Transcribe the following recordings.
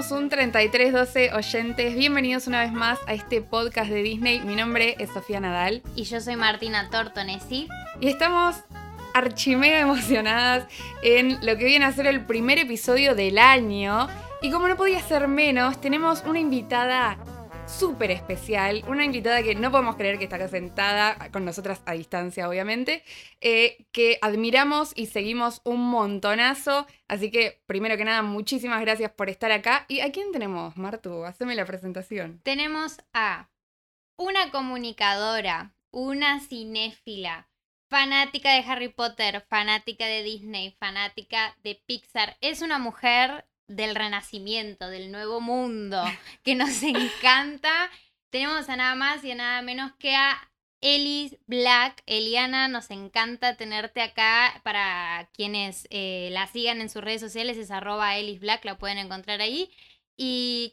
somos un 3312 oyentes. Bienvenidos una vez más a este podcast de Disney. Mi nombre es Sofía Nadal. Y yo soy Martina Tortonesi. Y estamos archimega emocionadas en lo que viene a ser el primer episodio del año. Y como no podía ser menos, tenemos una invitada súper especial, una invitada que no podemos creer que está acá sentada con nosotras a distancia, obviamente, que admiramos y seguimos un montonazo. Así que, primero que nada, muchísimas gracias por estar acá. ¿Y a quién tenemos, Martu? Haceme la presentación. Tenemos a una comunicadora, una cinéfila, fanática de Harry Potter, fanática de Disney, fanática de Pixar. Es una mujer del renacimiento, del nuevo mundo, que nos encanta. Tenemos a nada más y a nada menos que a Elis Black. Eliana, nos encanta tenerte acá. Para quienes la sigan en sus redes sociales es @ElisBlack, la pueden encontrar ahí. Y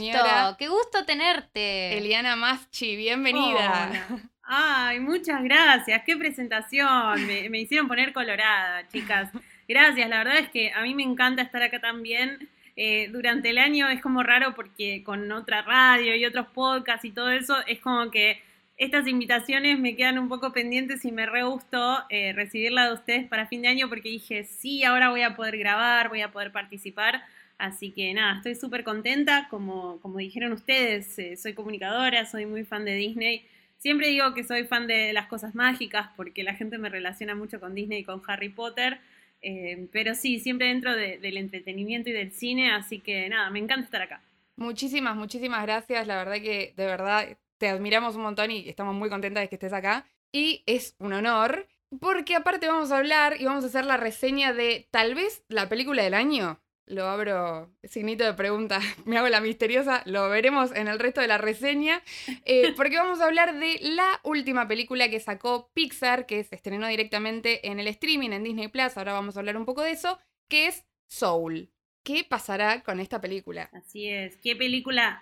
qué gusto tenerte. Eliana Maschi, bienvenida. Hola. Ay, muchas gracias, qué presentación, me hicieron poner colorada, chicas. Gracias, la verdad es que a mí me encanta estar acá también. Durante el año es como raro porque con otra radio y otros podcasts y todo eso, es como que estas invitaciones me quedan un poco pendientes y me re gustó recibirla de ustedes para fin de año porque dije, sí, ahora voy a poder grabar, voy a poder participar. Así que nada, estoy súper contenta, como dijeron ustedes, soy comunicadora, soy muy fan de Disney. Siempre digo que soy fan de las cosas mágicas porque la gente me relaciona mucho con Disney y con Harry Potter, pero sí, siempre dentro del entretenimiento y del cine, así que nada, me encanta estar acá. Muchísimas gracias, la verdad que de verdad te admiramos un montón y estamos muy contentas de que estés acá. Y es un honor, porque aparte vamos a hablar y vamos a hacer la reseña de tal vez la película del año. Lo abro, signito de pregunta, me hago la misteriosa, lo veremos en el resto de la reseña, porque vamos a hablar de la última película que sacó Pixar, que se estrenó directamente en el streaming, en Disney Plus, ahora vamos a hablar un poco de eso, que es Soul. ¿Qué pasará con esta película? Así es, qué película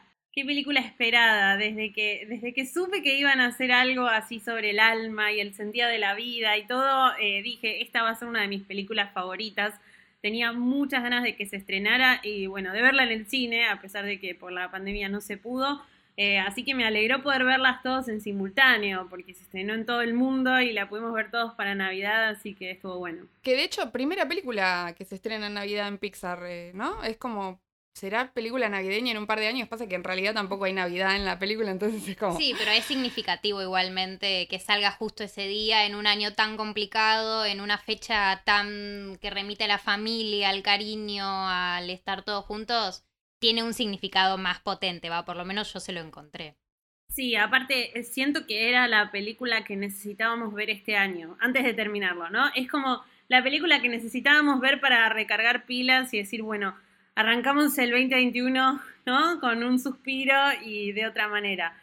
esperada, desde que supe que iban a hacer algo así sobre el alma y el sentido de la vida y todo, dije, esta va a ser una de mis películas favoritas. Tenía muchas ganas de que se estrenara y bueno, de verla en el cine, a pesar de que por la pandemia no se pudo. Así que me alegró poder verlas todos en simultáneo, porque se estrenó en todo el mundo y la pudimos ver todos para Navidad, así que estuvo bueno. Que de hecho, primera película que se estrena en Navidad en Pixar, ¿no? Es como, será película navideña en un par de años, pasa que en realidad tampoco hay Navidad en la película, entonces es como... Sí, pero es significativo igualmente que salga justo ese día, en un año tan complicado, en una fecha tan que remite a la familia, al cariño, al estar todos juntos, tiene un significado más potente, ¿va? Por lo menos yo se lo encontré. Sí, aparte siento que era la película que necesitábamos ver este año, antes de terminarlo, ¿no? Es como la película que necesitábamos ver para recargar pilas y decir, bueno, arrancamos el 2021, ¿no? Con un suspiro y de otra manera.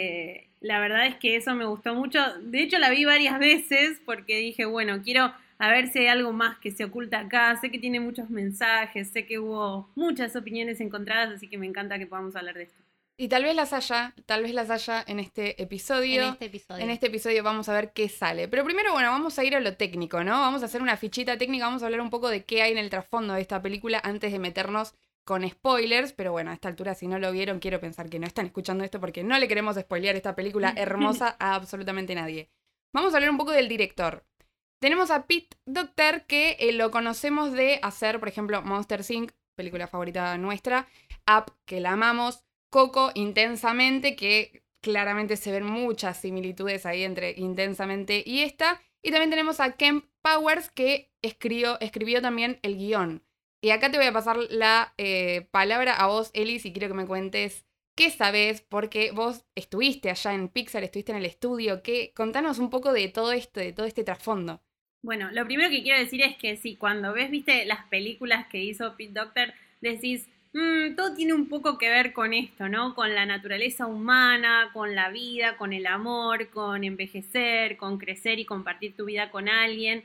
La verdad es que eso me gustó mucho. De hecho, la vi varias veces porque dije, bueno, quiero a ver si hay algo más que se oculta acá. Sé que tiene muchos mensajes, sé que hubo muchas opiniones encontradas, así que me encanta que podamos hablar de esto. Y tal vez las haya en este episodio. En este episodio vamos a ver qué sale. Pero primero, bueno, vamos a ir a lo técnico, ¿no? Vamos a hacer una fichita técnica, vamos a hablar un poco de qué hay en el trasfondo de esta película antes de meternos con spoilers. Pero bueno, a esta altura, si no lo vieron, quiero pensar que no están escuchando esto porque no le queremos spoilear esta película hermosa a absolutamente nadie. Vamos a hablar un poco del director. Tenemos a Pete Docter, que lo conocemos de hacer, por ejemplo, Monsters, Inc., película favorita nuestra, Up, que la amamos, Coco, Intensamente, que claramente se ven muchas similitudes ahí entre Intensamente y esta. Y también tenemos a Kemp Powers, que escribió también el guión. Y acá te voy a pasar la palabra a vos, Elis, y quiero que me cuentes qué sabés, porque vos estuviste allá en Pixar, estuviste en el estudio. Contanos un poco de todo este trasfondo. Bueno, lo primero que quiero decir es que sí, cuando viste las películas que hizo Pete Docter, decís, todo tiene un poco que ver con esto, ¿no? Con la naturaleza humana, con la vida, con el amor, con envejecer, con crecer y compartir tu vida con alguien.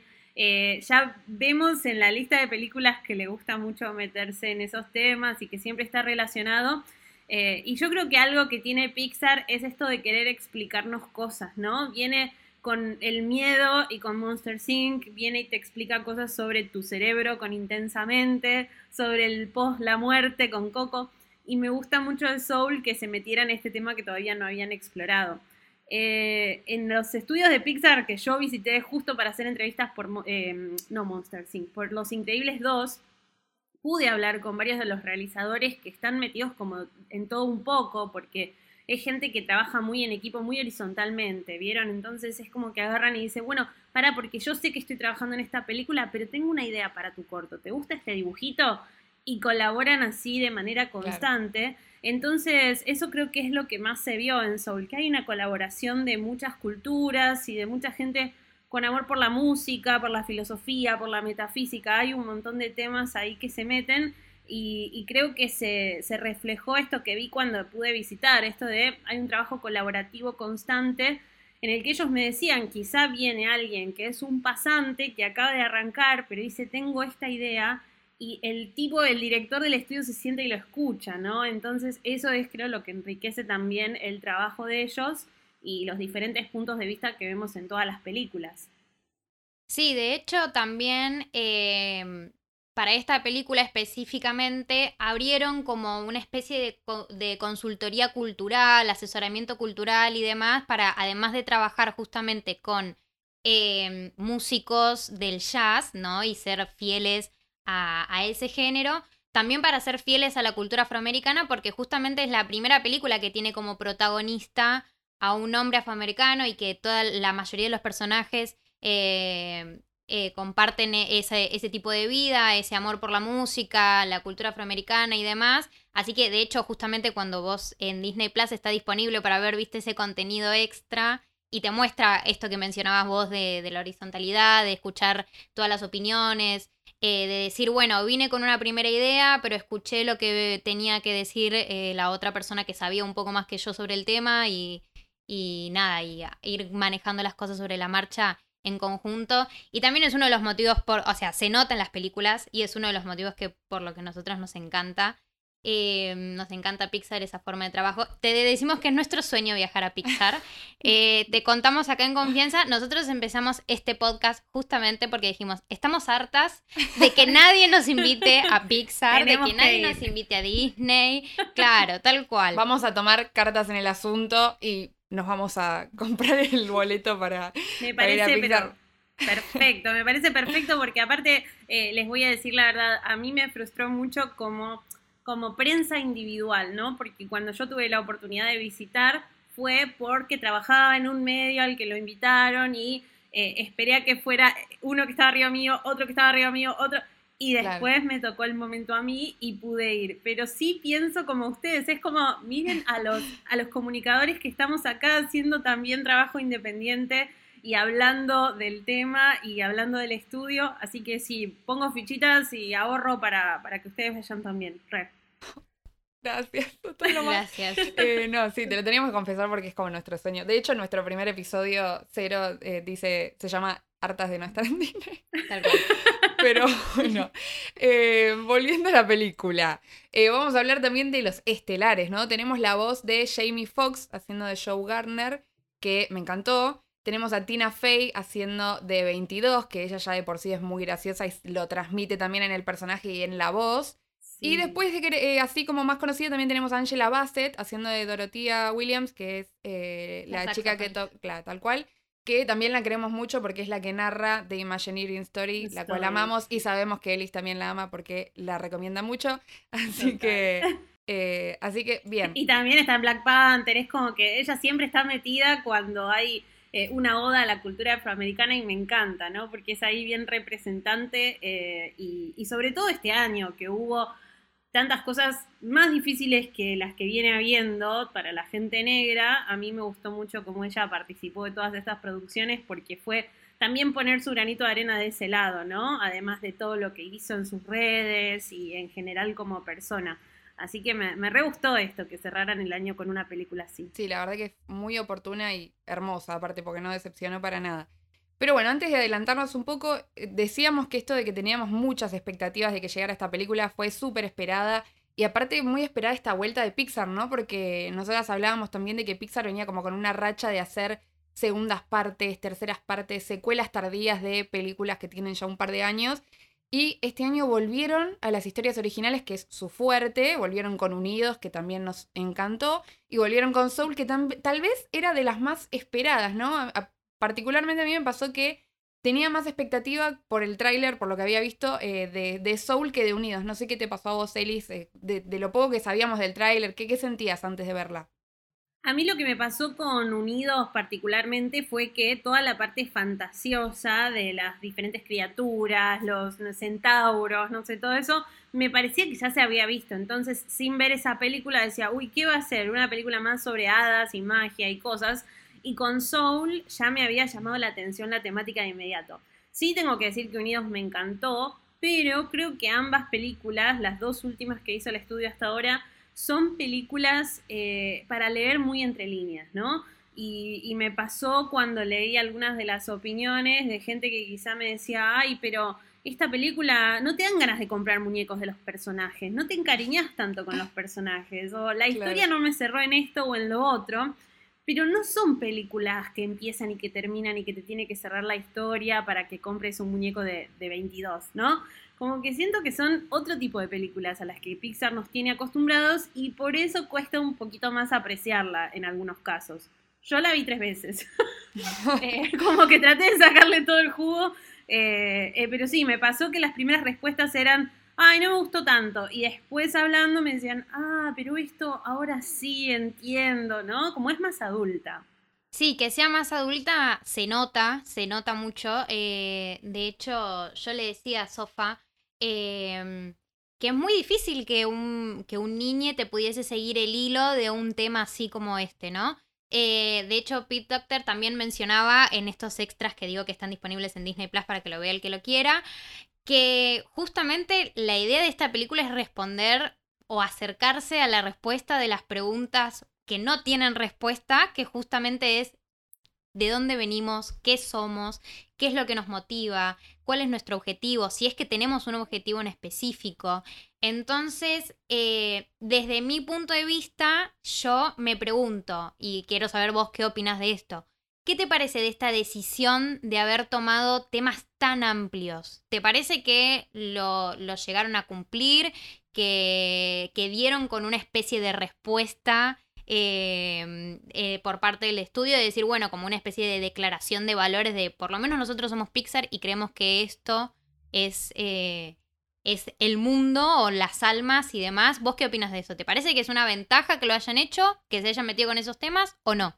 Ya vemos en la lista de películas que le gusta mucho meterse en esos temas y que siempre está relacionado. Y yo creo que algo que tiene Pixar es esto de querer explicarnos cosas, ¿no? Viene con el miedo y con Monsters, Inc. viene y te explica cosas sobre tu cerebro con Intensamente, sobre el post la muerte con Coco. y me gusta mucho de Soul que se metiera en este tema que todavía no habían explorado. En los estudios de Pixar que yo visité justo para hacer entrevistas por por Los Increíbles 2, pude hablar con varios de los realizadores que están metidos como en todo un poco, porque es gente que trabaja muy en equipo, muy horizontalmente, ¿vieron? Entonces es como que agarran y dicen, bueno, porque yo sé que estoy trabajando en esta película, pero tengo una idea para tu corto, ¿te gusta este dibujito? Y colaboran así de manera constante. Claro. Entonces, eso creo que es lo que más se vio en Soul, que hay una colaboración de muchas culturas y de mucha gente con amor por la música, por la filosofía, por la metafísica. Hay un montón de temas ahí que se meten y creo que se reflejó esto que vi cuando pude visitar, esto de hay un trabajo colaborativo constante en el que ellos me decían, quizá viene alguien que es un pasante que acaba de arrancar, pero dice, tengo esta idea, y el director del estudio se siente y lo escucha, ¿no? Entonces eso es, creo, lo que enriquece también el trabajo de ellos y los diferentes puntos de vista que vemos en todas las películas. Sí, de hecho también para esta película específicamente abrieron como una especie de consultoría cultural, asesoramiento cultural y demás, para además de trabajar justamente con músicos del jazz, ¿no? Y ser fieles a ese género, también para ser fieles a la cultura afroamericana, porque justamente es la primera película que tiene como protagonista a un hombre afroamericano y que toda la mayoría de los personajes comparten ese tipo de vida, ese amor por la música, la cultura afroamericana y demás. Así que de hecho justamente cuando vos en Disney Plus está disponible para ver, viste, ese contenido extra y te muestra esto que mencionabas vos de la horizontalidad, de escuchar todas las opiniones, de decir, bueno, vine con una primera idea, pero escuché lo que tenía que decir la otra persona que sabía un poco más que yo sobre el tema y nada, y ir manejando las cosas sobre la marcha en conjunto. Y también es uno de los motivos o sea, se nota en las películas y es uno de los motivos que por lo que a nosotros nos encanta. Nos encanta Pixar, esa forma de trabajo. Te decimos que es nuestro sueño viajar a Pixar. Te contamos acá en confianza. Nosotros empezamos este podcast justamente porque dijimos, estamos hartas de que nadie nos invite a Pixar, de que nadie nos invite a Disney. Claro, tal cual. Vamos a tomar cartas en el asunto y nos vamos a comprar el boleto para ir a Pixar. Perfecto, me parece perfecto porque aparte les voy a decir la verdad, a mí me frustró mucho como prensa individual, ¿no? Porque cuando yo tuve la oportunidad de visitar fue porque trabajaba en un medio al que lo invitaron y esperé a que fuera uno que estaba arriba mío, otro que estaba arriba mío, otro, y después me tocó el momento a mí y pude ir. Pero sí pienso como ustedes, es como, miren a los comunicadores que estamos acá haciendo también trabajo independiente y hablando del tema y hablando del estudio, así que sí, pongo fichitas y ahorro para que ustedes vayan también. Gracias. Gracias. No, sí, te lo teníamos que confesar porque es como nuestro sueño. De hecho, nuestro primer episodio 0 se llama Hartas de no estar en Disney. Tal cual. Pero bueno, volviendo a la película, vamos a hablar también de los estelares, ¿no? Tenemos la voz de Jamie Foxx haciendo de Joe Gardner, que me encantó. Tenemos a Tina Fey haciendo de 22, que ella ya de por sí es muy graciosa y lo transmite también en el personaje y en la voz. Sí. Y después, así como más conocida, también tenemos a Angela Bassett haciendo de Dorothea Williams, que es la chica que claro, tal cual, que también la queremos mucho porque es la que narra The Imagineering Story, la cual amamos y sabemos que Ellis también la ama porque la recomienda mucho. Así que bien. Y también está en Black Panther, es como que ella siempre está metida cuando hay una oda a la cultura afroamericana y me encanta, ¿no? Porque es ahí bien representante y sobre todo este año que hubo tantas cosas más difíciles que las que viene habiendo para la gente negra. A mí me gustó mucho cómo ella participó de todas estas producciones porque fue también poner su granito de arena de ese lado, ¿no? Además de todo lo que hizo en sus redes y en general como persona. Así que me re gustó esto, que cerraran el año con una película así. Sí, la verdad que es muy oportuna y hermosa, aparte porque no decepcionó para nada. Pero bueno, antes de adelantarnos un poco, decíamos que esto de que teníamos muchas expectativas de que llegara esta película fue súper esperada. Y aparte muy esperada esta vuelta de Pixar, ¿no? Porque nosotras hablábamos también de que Pixar venía como con una racha de hacer segundas partes, terceras partes, secuelas tardías de películas que tienen ya un par de años. Y este año volvieron a las historias originales, que es su fuerte. Volvieron con Unidos, que también nos encantó. Y volvieron con Soul, que tal vez era de las más esperadas, ¿no? Particularmente a mí me pasó que tenía más expectativa por el tráiler, por lo que había visto, de Soul que de Unidos. No sé qué te pasó a vos, Elis, de lo poco que sabíamos del tráiler. ¿Qué sentías antes de verla? A mí lo que me pasó con Unidos particularmente fue que toda la parte fantasiosa de las diferentes criaturas, los centauros, no sé, todo eso, me parecía que ya se había visto. Entonces, sin ver esa película, decía, uy, ¿qué va a ser? Una película más sobre hadas y magia y cosas. Y con Soul ya me había llamado la atención la temática de inmediato. Sí tengo que decir que Unidos me encantó, pero creo que ambas películas, las dos últimas que hizo el estudio hasta ahora, son películas para leer muy entre líneas, ¿no? Y me pasó cuando leí algunas de las opiniones de gente que quizá me decía, ay, pero esta película no te dan ganas de comprar muñecos de los personajes, no te encariñas tanto con los personajes, o la historia no me cerró en esto o en lo otro, pero no son películas que empiezan y que terminan y que te tiene que cerrar la historia para que compres un muñeco de 22, ¿no? Como que siento que son otro tipo de películas a las que Pixar nos tiene acostumbrados y por eso cuesta un poquito más apreciarla en algunos casos. Yo la vi 3 veces. Como que traté de sacarle todo el jugo, pero sí, me pasó que las primeras respuestas eran, ay, no me gustó tanto. Y después hablando me decían, pero esto ahora sí entiendo, ¿no? Como es más adulta. Sí, que sea más adulta se nota mucho. De hecho, yo le decía a Sofa que es muy difícil que un niño te pudiese seguir el hilo de un tema así como este, ¿no? De hecho, Pete Docter también mencionaba en estos extras que digo que están disponibles en Disney Plus para que lo vea el que lo quiera, que justamente la idea de esta película es responder o acercarse a la respuesta de las preguntas que no tienen respuesta, que justamente es de dónde venimos, qué somos, qué es lo que nos motiva, cuál es nuestro objetivo, si es que tenemos un objetivo en específico. Entonces, desde mi punto de vista, yo me pregunto, y quiero saber vos qué opinas de esto, ¿qué te parece de esta decisión de haber tomado temas tan amplios? ¿Te parece que lo llegaron a cumplir, que dieron con una especie de respuesta por parte del estudio, de decir, bueno, como una especie de declaración de valores de, por lo menos nosotros somos Pixar y creemos que esto es el mundo o las almas y demás? ¿Vos qué opinas de eso? ¿Te parece que es una ventaja que lo hayan hecho, que se hayan metido con esos temas o no?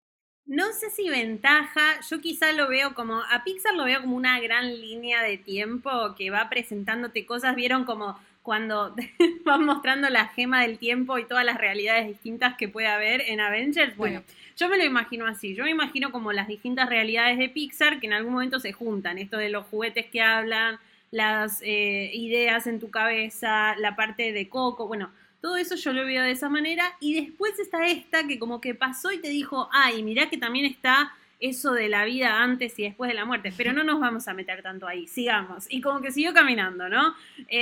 No sé si ventaja, yo quizá lo veo como, a Pixar lo veo como una gran línea de tiempo que va presentándote cosas, vieron como cuando van mostrando la gema del tiempo y todas las realidades distintas que puede haber en Avengers. Bueno, yo me lo imagino así, yo me imagino como las distintas realidades de Pixar que en algún momento se juntan, esto de los juguetes que hablan, las ideas en tu cabeza, la parte de Coco, bueno, todo eso yo lo veo de esa manera y después está esta que como que pasó y te dijo, ay, mirá que también está eso de la vida antes y después de la muerte, pero no nos vamos a meter tanto ahí, sigamos. Y como que siguió caminando, ¿no?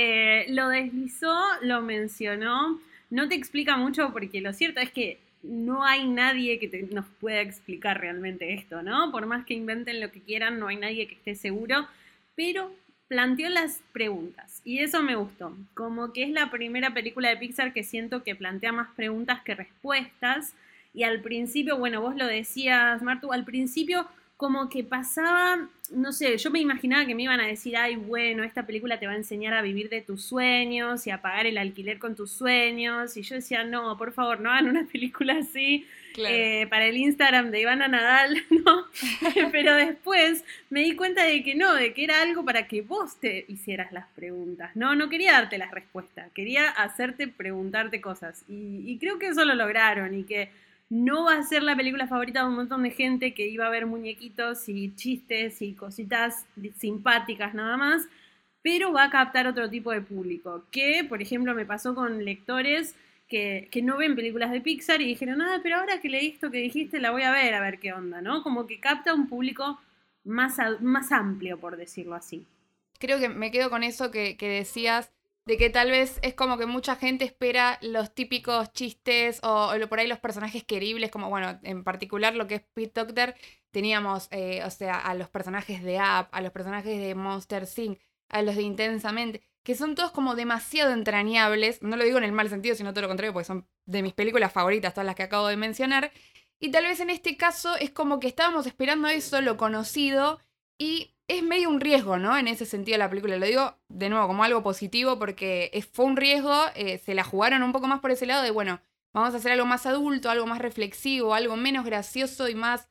Lo deslizó, lo mencionó, no te explica mucho porque lo cierto es que no hay nadie que nos pueda explicar realmente esto, ¿no? Por más que inventen lo que quieran, no hay nadie que esté seguro, pero planteó las preguntas y eso me gustó, como que es la primera película de Pixar que siento que plantea más preguntas que respuestas y al principio, bueno, vos lo decías, Martu, al principio como que pasaba, no sé, yo me imaginaba que me iban a decir, ay, bueno, esta película te va a enseñar a vivir de tus sueños y a pagar el alquiler con tus sueños, y yo decía, no, por favor, no hagan una película así, claro. Para el Instagram de Ivana Nadal, ¿no? Pero después me di cuenta de que no, de que era algo para que vos te hicieras las preguntas, no quería darte las respuestas, quería hacerte preguntarte cosas, y creo que eso lo lograron, y que no va a ser la película favorita de un montón de gente que iba a ver muñequitos y chistes y cositas simpáticas nada más, pero va a captar otro tipo de público, que por ejemplo me pasó con lectores que no ven películas de Pixar y dijeron, pero ahora que leí esto que dijiste la voy a ver qué onda, ¿no? Como que capta un público más amplio, por decirlo así. Creo que me quedo con eso que decías, de que tal vez es como que mucha gente espera los típicos chistes o por ahí los personajes queribles, como bueno, en particular lo que es Pete Docter, teníamos, a los personajes de Up, a los personajes de Monster Inc., a los de Intensamente, que son todos como demasiado entrañables, no lo digo en el mal sentido, sino todo lo contrario, porque son de mis películas favoritas, todas las que acabo de mencionar, y tal vez en este caso es como que estábamos esperando eso, lo conocido, y es medio un riesgo, ¿no? En ese sentido la película, lo digo de nuevo como algo positivo, porque fue un riesgo, se la jugaron un poco más por ese lado de, bueno, vamos a hacer algo más adulto, algo más reflexivo, algo menos gracioso y más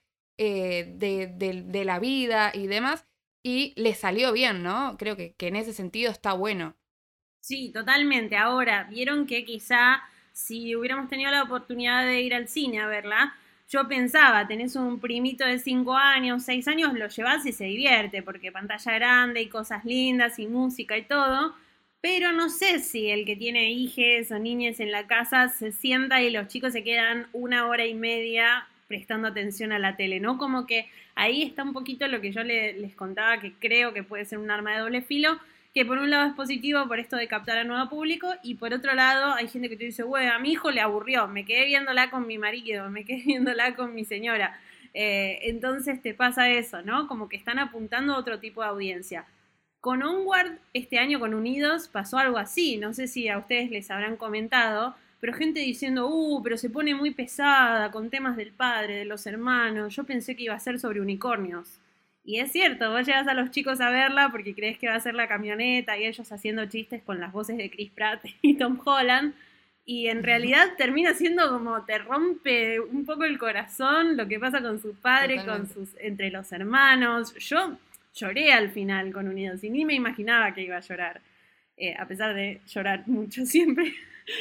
de la vida y demás, y le salió bien, ¿no? Creo que en ese sentido está bueno. Sí, totalmente. Ahora, vieron que quizá si hubiéramos tenido la oportunidad de ir al cine a verla, yo pensaba, tenés un primito de 5 años, 6 años, lo llevas y se divierte, porque pantalla grande y cosas lindas y música y todo, pero no sé si el que tiene hijes o niñas en la casa se sienta y los chicos se quedan 1 hora y media prestando atención a la tele, ¿no? Como que ahí está un poquito lo que yo les contaba, que creo que puede ser un arma de doble filo, que por un lado es positivo por esto de captar a nuevo público, y por otro lado hay gente que te dice, güey, a mi hijo le aburrió, me quedé viéndola con mi marido, me quedé viéndola con mi señora. Entonces te pasa eso, ¿no? Como que están apuntando a otro tipo de audiencia. Con Onward, este año con Unidos, pasó algo así, no sé si a ustedes les habrán comentado, pero gente diciendo, pero se pone muy pesada con temas del padre, de los hermanos, yo pensé que iba a ser sobre unicornios. Y es cierto, vos llegas a los chicos a verla porque crees que va a ser la camioneta y ellos haciendo chistes con las voces de Chris Pratt y Tom Holland, y en realidad termina siendo como te rompe un poco el corazón lo que pasa con su padre, entre los hermanos. Yo lloré al final con Unidos y ni me imaginaba que iba a llorar, a pesar de llorar mucho siempre.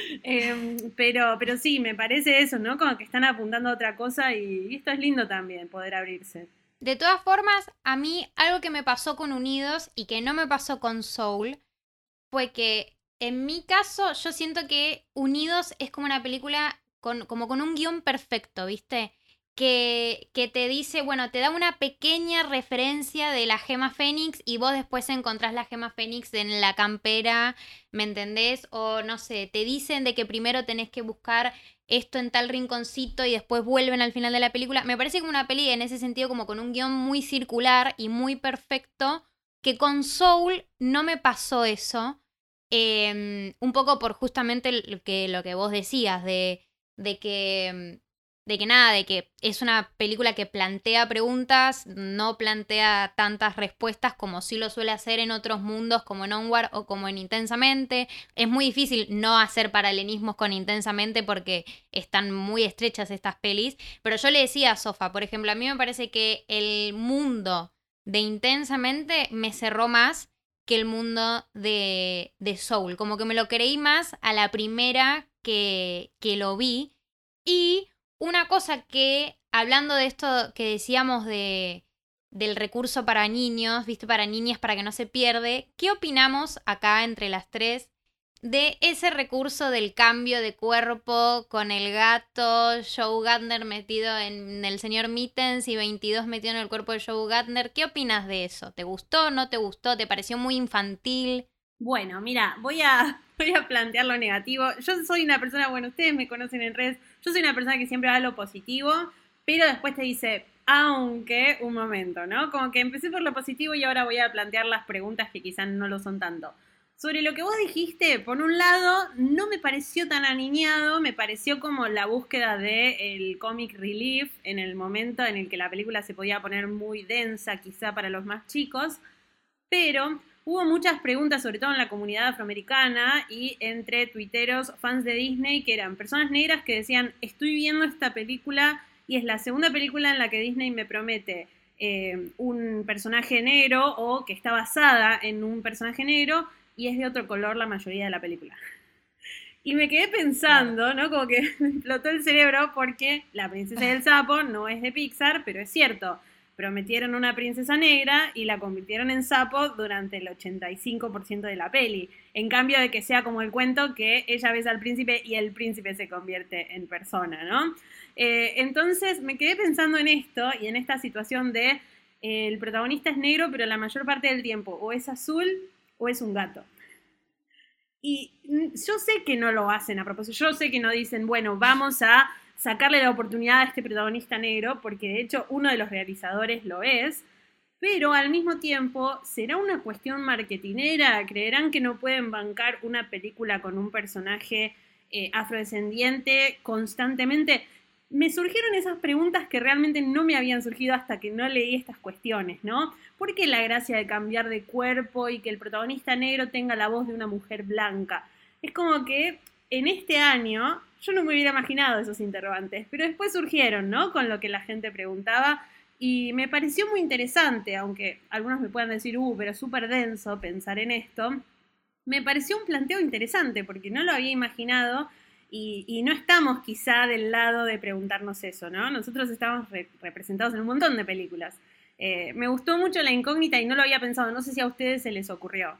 Pero sí, me parece eso, ¿no? Como que están apuntando a otra cosa y esto es lindo también, poder abrirse. De todas formas, a mí algo que me pasó con Unidos y que no me pasó con Soul fue que en mi caso yo siento que Unidos es como una película como con un guión perfecto, ¿viste? Que te dice, bueno, te da una pequeña referencia de la gema Fénix y vos después encontrás la gema Fénix en la campera, ¿me entendés? O no sé, te dicen de que primero tenés que buscar esto en tal rinconcito y después vuelven al final de la película. Me parece como una peli en ese sentido como con un guión muy circular y muy perfecto, que con Soul no me pasó eso. Un poco por justamente lo que vos decías, de que es una película que plantea preguntas, no plantea tantas respuestas como sí lo suele hacer en otros mundos como en Onward o como en Intensamente. Es muy difícil no hacer paralelismos con Intensamente porque están muy estrechas estas pelis, pero yo le decía a Sofa, por ejemplo, a mí me parece que el mundo de Intensamente me cerró más que el mundo de Soul, como que me lo creí más a la primera que lo vi. Y una cosa que, hablando de esto que decíamos del recurso para niños, ¿viste? Para niñas, para que no se pierde, ¿qué opinamos acá entre las tres de ese recurso del cambio de cuerpo con el gato, Joe Gardner metido en el señor Mittens y 22 metido en el cuerpo de Joe Gardner? ¿Qué opinas de eso? ¿Te gustó? ¿No te gustó? ¿Te pareció muy infantil? Bueno, mira, voy a plantear lo negativo. Yo soy una persona, bueno, ustedes me conocen en redes, yo soy una persona que siempre va a lo positivo, pero después te dice, aunque, un momento, ¿no? Como que empecé por lo positivo y ahora voy a plantear las preguntas que quizás no lo son tanto. Sobre lo que vos dijiste, por un lado, no me pareció tan aniñado, me pareció como la búsqueda del comic relief en el momento en el que la película se podía poner muy densa, quizá para los más chicos, pero hubo muchas preguntas, sobre todo en la comunidad afroamericana y entre tuiteros, fans de Disney, que eran personas negras que decían, estoy viendo esta película y es la segunda película en la que Disney me promete un personaje negro o que está basada en un personaje negro y es de otro color la mayoría de la película. Y me quedé pensando, ¿no? Como que me explotó el cerebro porque La princesa y el sapo no es de Pixar, pero es cierto. Prometieron una princesa negra y la convirtieron en sapo durante el 85% de la peli. En cambio de que sea como el cuento que ella besa al príncipe y el príncipe se convierte en persona, ¿no? Entonces me quedé pensando en esto y en esta situación de el protagonista es negro, pero la mayor parte del tiempo o es azul o es un gato. Y yo sé que no lo hacen a propósito, yo sé que no dicen, bueno, vamos a sacarle la oportunidad a este protagonista negro, porque de hecho uno de los realizadores lo es, Pero al mismo tiempo, ¿será una cuestión marketinera? ¿Creerán que no pueden bancar una película con un personaje afrodescendiente constantemente? Me surgieron esas preguntas que realmente no me habían surgido hasta que no leí estas cuestiones, ¿no? ¿Por qué la gracia de cambiar de cuerpo y que el protagonista negro tenga la voz de una mujer blanca? Es como que en este año yo no me hubiera imaginado esos interrogantes, pero después surgieron, ¿no? Con lo que la gente preguntaba y me pareció muy interesante, aunque algunos me puedan decir, pero es súper denso pensar en esto. Me pareció un planteo interesante porque no lo había imaginado y no estamos quizá del lado de preguntarnos eso, ¿no? Nosotros estamos representados en un montón de películas. Me gustó mucho la incógnita y no lo había pensado. No sé si a ustedes se les ocurrió.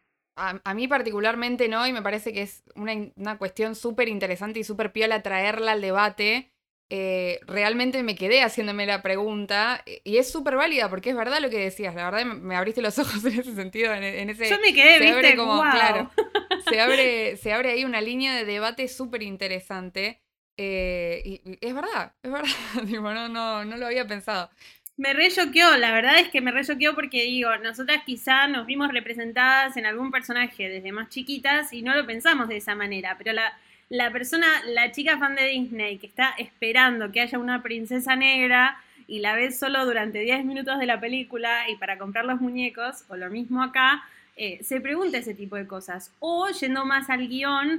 A mí particularmente no, y me parece que es una cuestión súper interesante y súper piola traerla al debate. Realmente me quedé haciéndome la pregunta y es súper válida porque es verdad lo que decías, la verdad me abriste los ojos en ese sentido, en ese... Yo me quedé, viste, como, wow. Claro, se abre ahí una línea de debate súper interesante y es verdad, tipo, no lo había pensado. Me re choqueó, la verdad es que me re choqueó porque digo, nosotras quizá nos vimos representadas en algún personaje desde más chiquitas y no lo pensamos de esa manera, pero la persona, la chica fan de Disney que está esperando que haya una princesa negra y la ves solo durante 10 minutos de la película y para comprar los muñecos, o lo mismo acá, se pregunta ese tipo de cosas. O yendo más al guión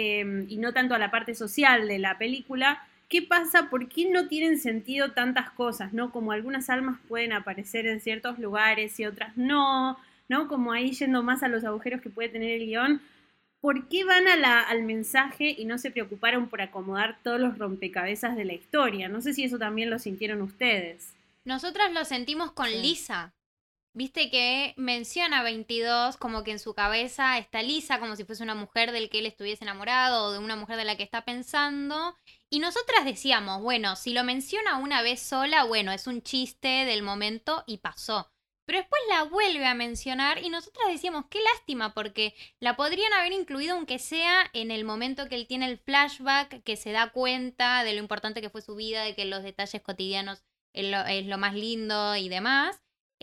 y no tanto a la parte social de la película, ¿qué pasa? ¿Por qué no tienen sentido tantas cosas, no? Como algunas almas pueden aparecer en ciertos lugares y otras no, ¿no? Como ahí yendo más a los agujeros que puede tener el guión. ¿Por qué van al mensaje y no se preocuparon por acomodar todos los rompecabezas de la historia? No sé si eso también lo sintieron ustedes. Nosotras lo sentimos con Lisa. Viste que menciona 22 como que en su cabeza está Lisa como si fuese una mujer del que él estuviese enamorado o de una mujer de la que está pensando. Y nosotras decíamos, bueno, si lo menciona una vez sola, bueno, es un chiste del momento y pasó. Pero después la vuelve a mencionar y nosotras decíamos, qué lástima, porque la podrían haber incluido aunque sea en el momento que él tiene el flashback, que se da cuenta de lo importante que fue su vida, de que los detalles cotidianos es lo más lindo y demás.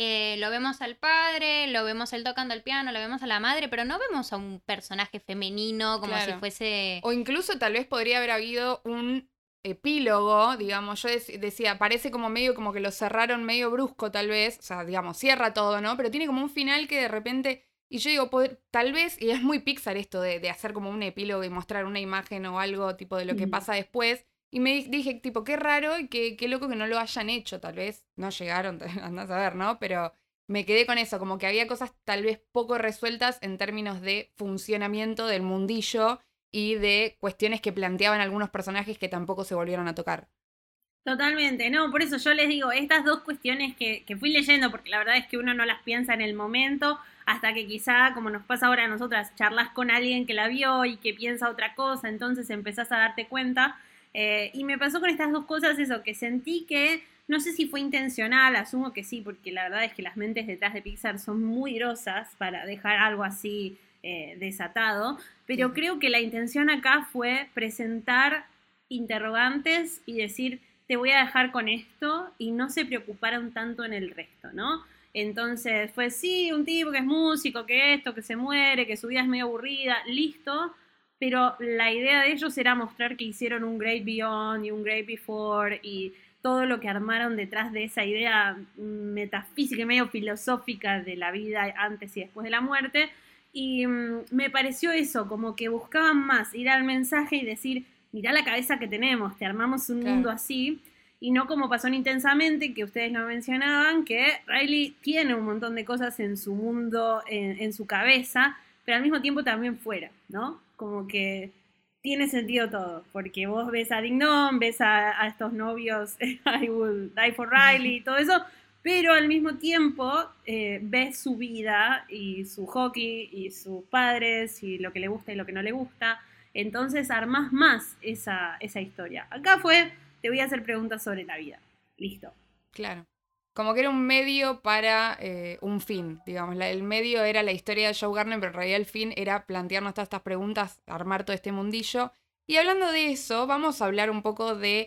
Lo vemos al padre, lo vemos él tocando el piano, lo vemos a la madre, pero no vemos a un personaje femenino como si fuese... O incluso tal vez podría haber habido un epílogo, digamos, yo decía, parece como medio como que lo cerraron medio brusco tal vez, o sea, digamos, cierra todo, ¿no? Pero tiene como un final que de repente, y yo digo, tal vez, y es muy Pixar esto de hacer como un epílogo y mostrar una imagen o algo tipo de lo que pasa después, y me dije, tipo, qué raro y qué loco que no lo hayan hecho, tal vez no llegaron, andás a ver, ¿no? Pero me quedé con eso, como que había cosas tal vez poco resueltas en términos de funcionamiento del mundillo y de cuestiones que planteaban algunos personajes que tampoco se volvieron a tocar. Totalmente, no, por eso yo les digo, estas dos cuestiones que fui leyendo, porque la verdad es que uno no las piensa en el momento, hasta que quizá, como nos pasa ahora a nosotras, charlas con alguien que la vio y que piensa otra cosa, entonces empezás a darte cuenta. Y me pasó con estas dos cosas eso, que sentí que, no sé si fue intencional, asumo que sí, porque la verdad es que las mentes detrás de Pixar son muy grosas para dejar algo así desatado, pero creo que la intención acá fue presentar interrogantes y decir, te voy a dejar con esto, y no se preocuparon tanto en el resto, ¿no? Entonces fue, sí, un tipo que es músico, que esto, que se muere, que su vida es medio aburrida, listo, pero la idea de ellos era mostrar que hicieron un Great Beyond y un Great Before y todo lo que armaron detrás de esa idea metafísica y medio filosófica de la vida antes y después de la muerte. Y me pareció eso, como que buscaban más ir al mensaje y decir, mirá la cabeza que tenemos, te armamos un mundo así, y no como pasó en Intensamente, que ustedes no mencionaban, que Riley tiene un montón de cosas en su mundo, en su cabeza, pero al mismo tiempo también fuera, ¿no? Como que tiene sentido todo, porque vos ves a Ding Dong, ves a estos novios, I Will Die for Riley y todo eso, pero al mismo tiempo ves su vida y su hockey y sus padres y lo que le gusta y lo que no le gusta, entonces armás más esa historia. Acá fue, te voy a hacer preguntas sobre la vida, listo. Claro. Como que era un medio para un fin, digamos. El medio era la historia de Joe Garner, pero en realidad el fin era plantearnos todas estas preguntas, armar todo este mundillo. Y hablando de eso, vamos a hablar un poco de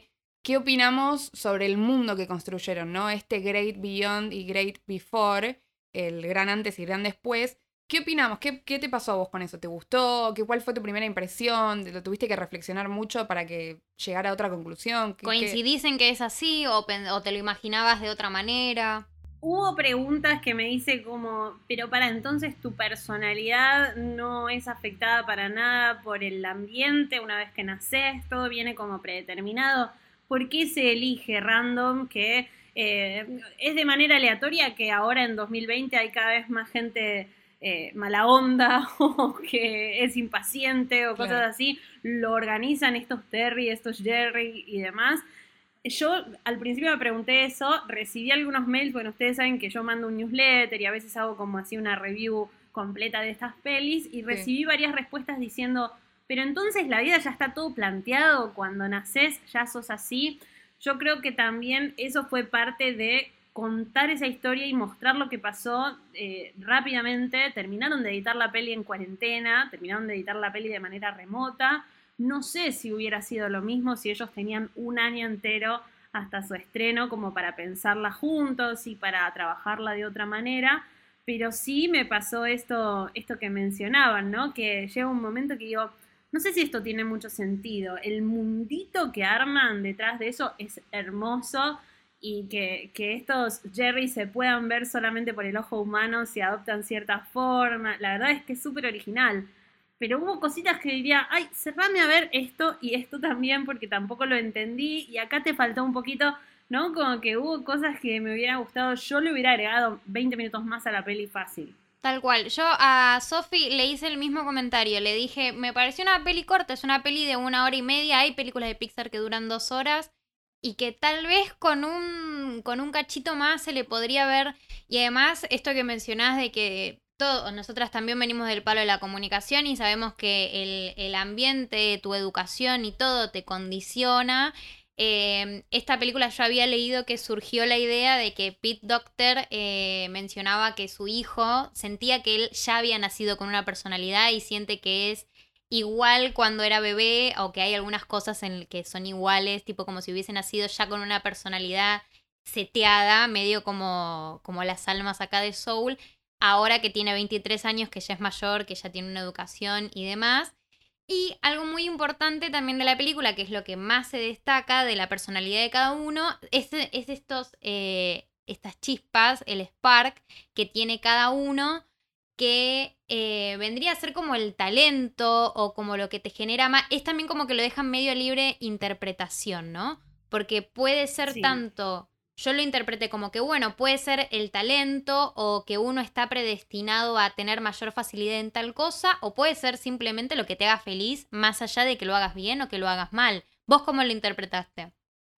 ¿qué opinamos sobre el mundo que construyeron, ¿no? Este Great Beyond y Great Before, el gran antes y gran después. ¿Qué opinamos? ¿Qué te pasó a vos con eso? ¿Te gustó? ¿Cuál fue tu primera impresión? ¿Lo tuviste que reflexionar mucho para que llegara a otra conclusión? ¿Coincidís en que es así o te lo imaginabas de otra manera? Hubo preguntas que me hice como, pero para entonces tu personalidad no es afectada para nada por el ambiente una vez que naces, todo viene como predeterminado. ¿Por qué se elige random que es de manera aleatoria que ahora en 2020 hay cada vez más gente mala onda o que es impaciente o cosas así? Lo organizan estos Terry, estos Jerry y demás. Yo al principio me pregunté eso, recibí algunos mails, bueno, ustedes saben que yo mando un newsletter y a veces hago como así una review completa de estas pelis y recibí varias respuestas diciendo, pero entonces la vida ya está todo planteado, cuando naces ya sos así. Yo creo que también eso fue parte de contar esa historia y mostrar lo que pasó rápidamente. Terminaron de editar la peli en cuarentena, terminaron de editar la peli de manera remota. No sé si hubiera sido lo mismo si ellos tenían un año entero hasta su estreno como para pensarla juntos y para trabajarla de otra manera, pero sí me pasó esto que mencionaban, ¿no? Que llega un momento que digo, no sé si esto tiene mucho sentido. El mundito que arman detrás de eso es hermoso y que estos Jerry se puedan ver solamente por el ojo humano si adoptan cierta forma. La verdad es que es súper original. Pero hubo cositas que diría, ay, cerrame a ver esto y esto también porque tampoco lo entendí y acá te faltó un poquito, ¿no? Como que hubo cosas que me hubiera gustado, yo le hubiera agregado 20 minutos más a la peli fácil. Tal cual. Yo a Sophie le hice el mismo comentario. Le dije, me pareció una peli corta, es una peli de 1 hora y media. Hay películas de Pixar que duran 2 horas y que tal vez con un cachito más se le podría ver. Y además, esto que mencionás de que nosotras también venimos del palo de la comunicación y sabemos que el ambiente, tu educación y todo te condiciona. Esta película yo había leído que surgió la idea de que Pete Docter mencionaba que su hijo sentía que él ya había nacido con una personalidad y siente que es igual cuando era bebé o que hay algunas cosas en que son iguales, tipo como si hubiese nacido ya con una personalidad seteada, medio como las almas acá de Soul. Ahora que tiene 23 años, que ya es mayor, que ya tiene una educación y demás. Y algo muy importante también de la película, que es lo que más se destaca de la personalidad de cada uno, es estas chispas, el spark que tiene cada uno, que vendría a ser como el talento o como lo que te genera más. Es también como que lo dejan medio libre interpretación, ¿no? Porque puede ser tanto... Yo lo interpreté como que, bueno, puede ser el talento o que uno está predestinado a tener mayor facilidad en tal cosa, o puede ser simplemente lo que te haga feliz, más allá de que lo hagas bien o que lo hagas mal. ¿Vos cómo lo interpretaste?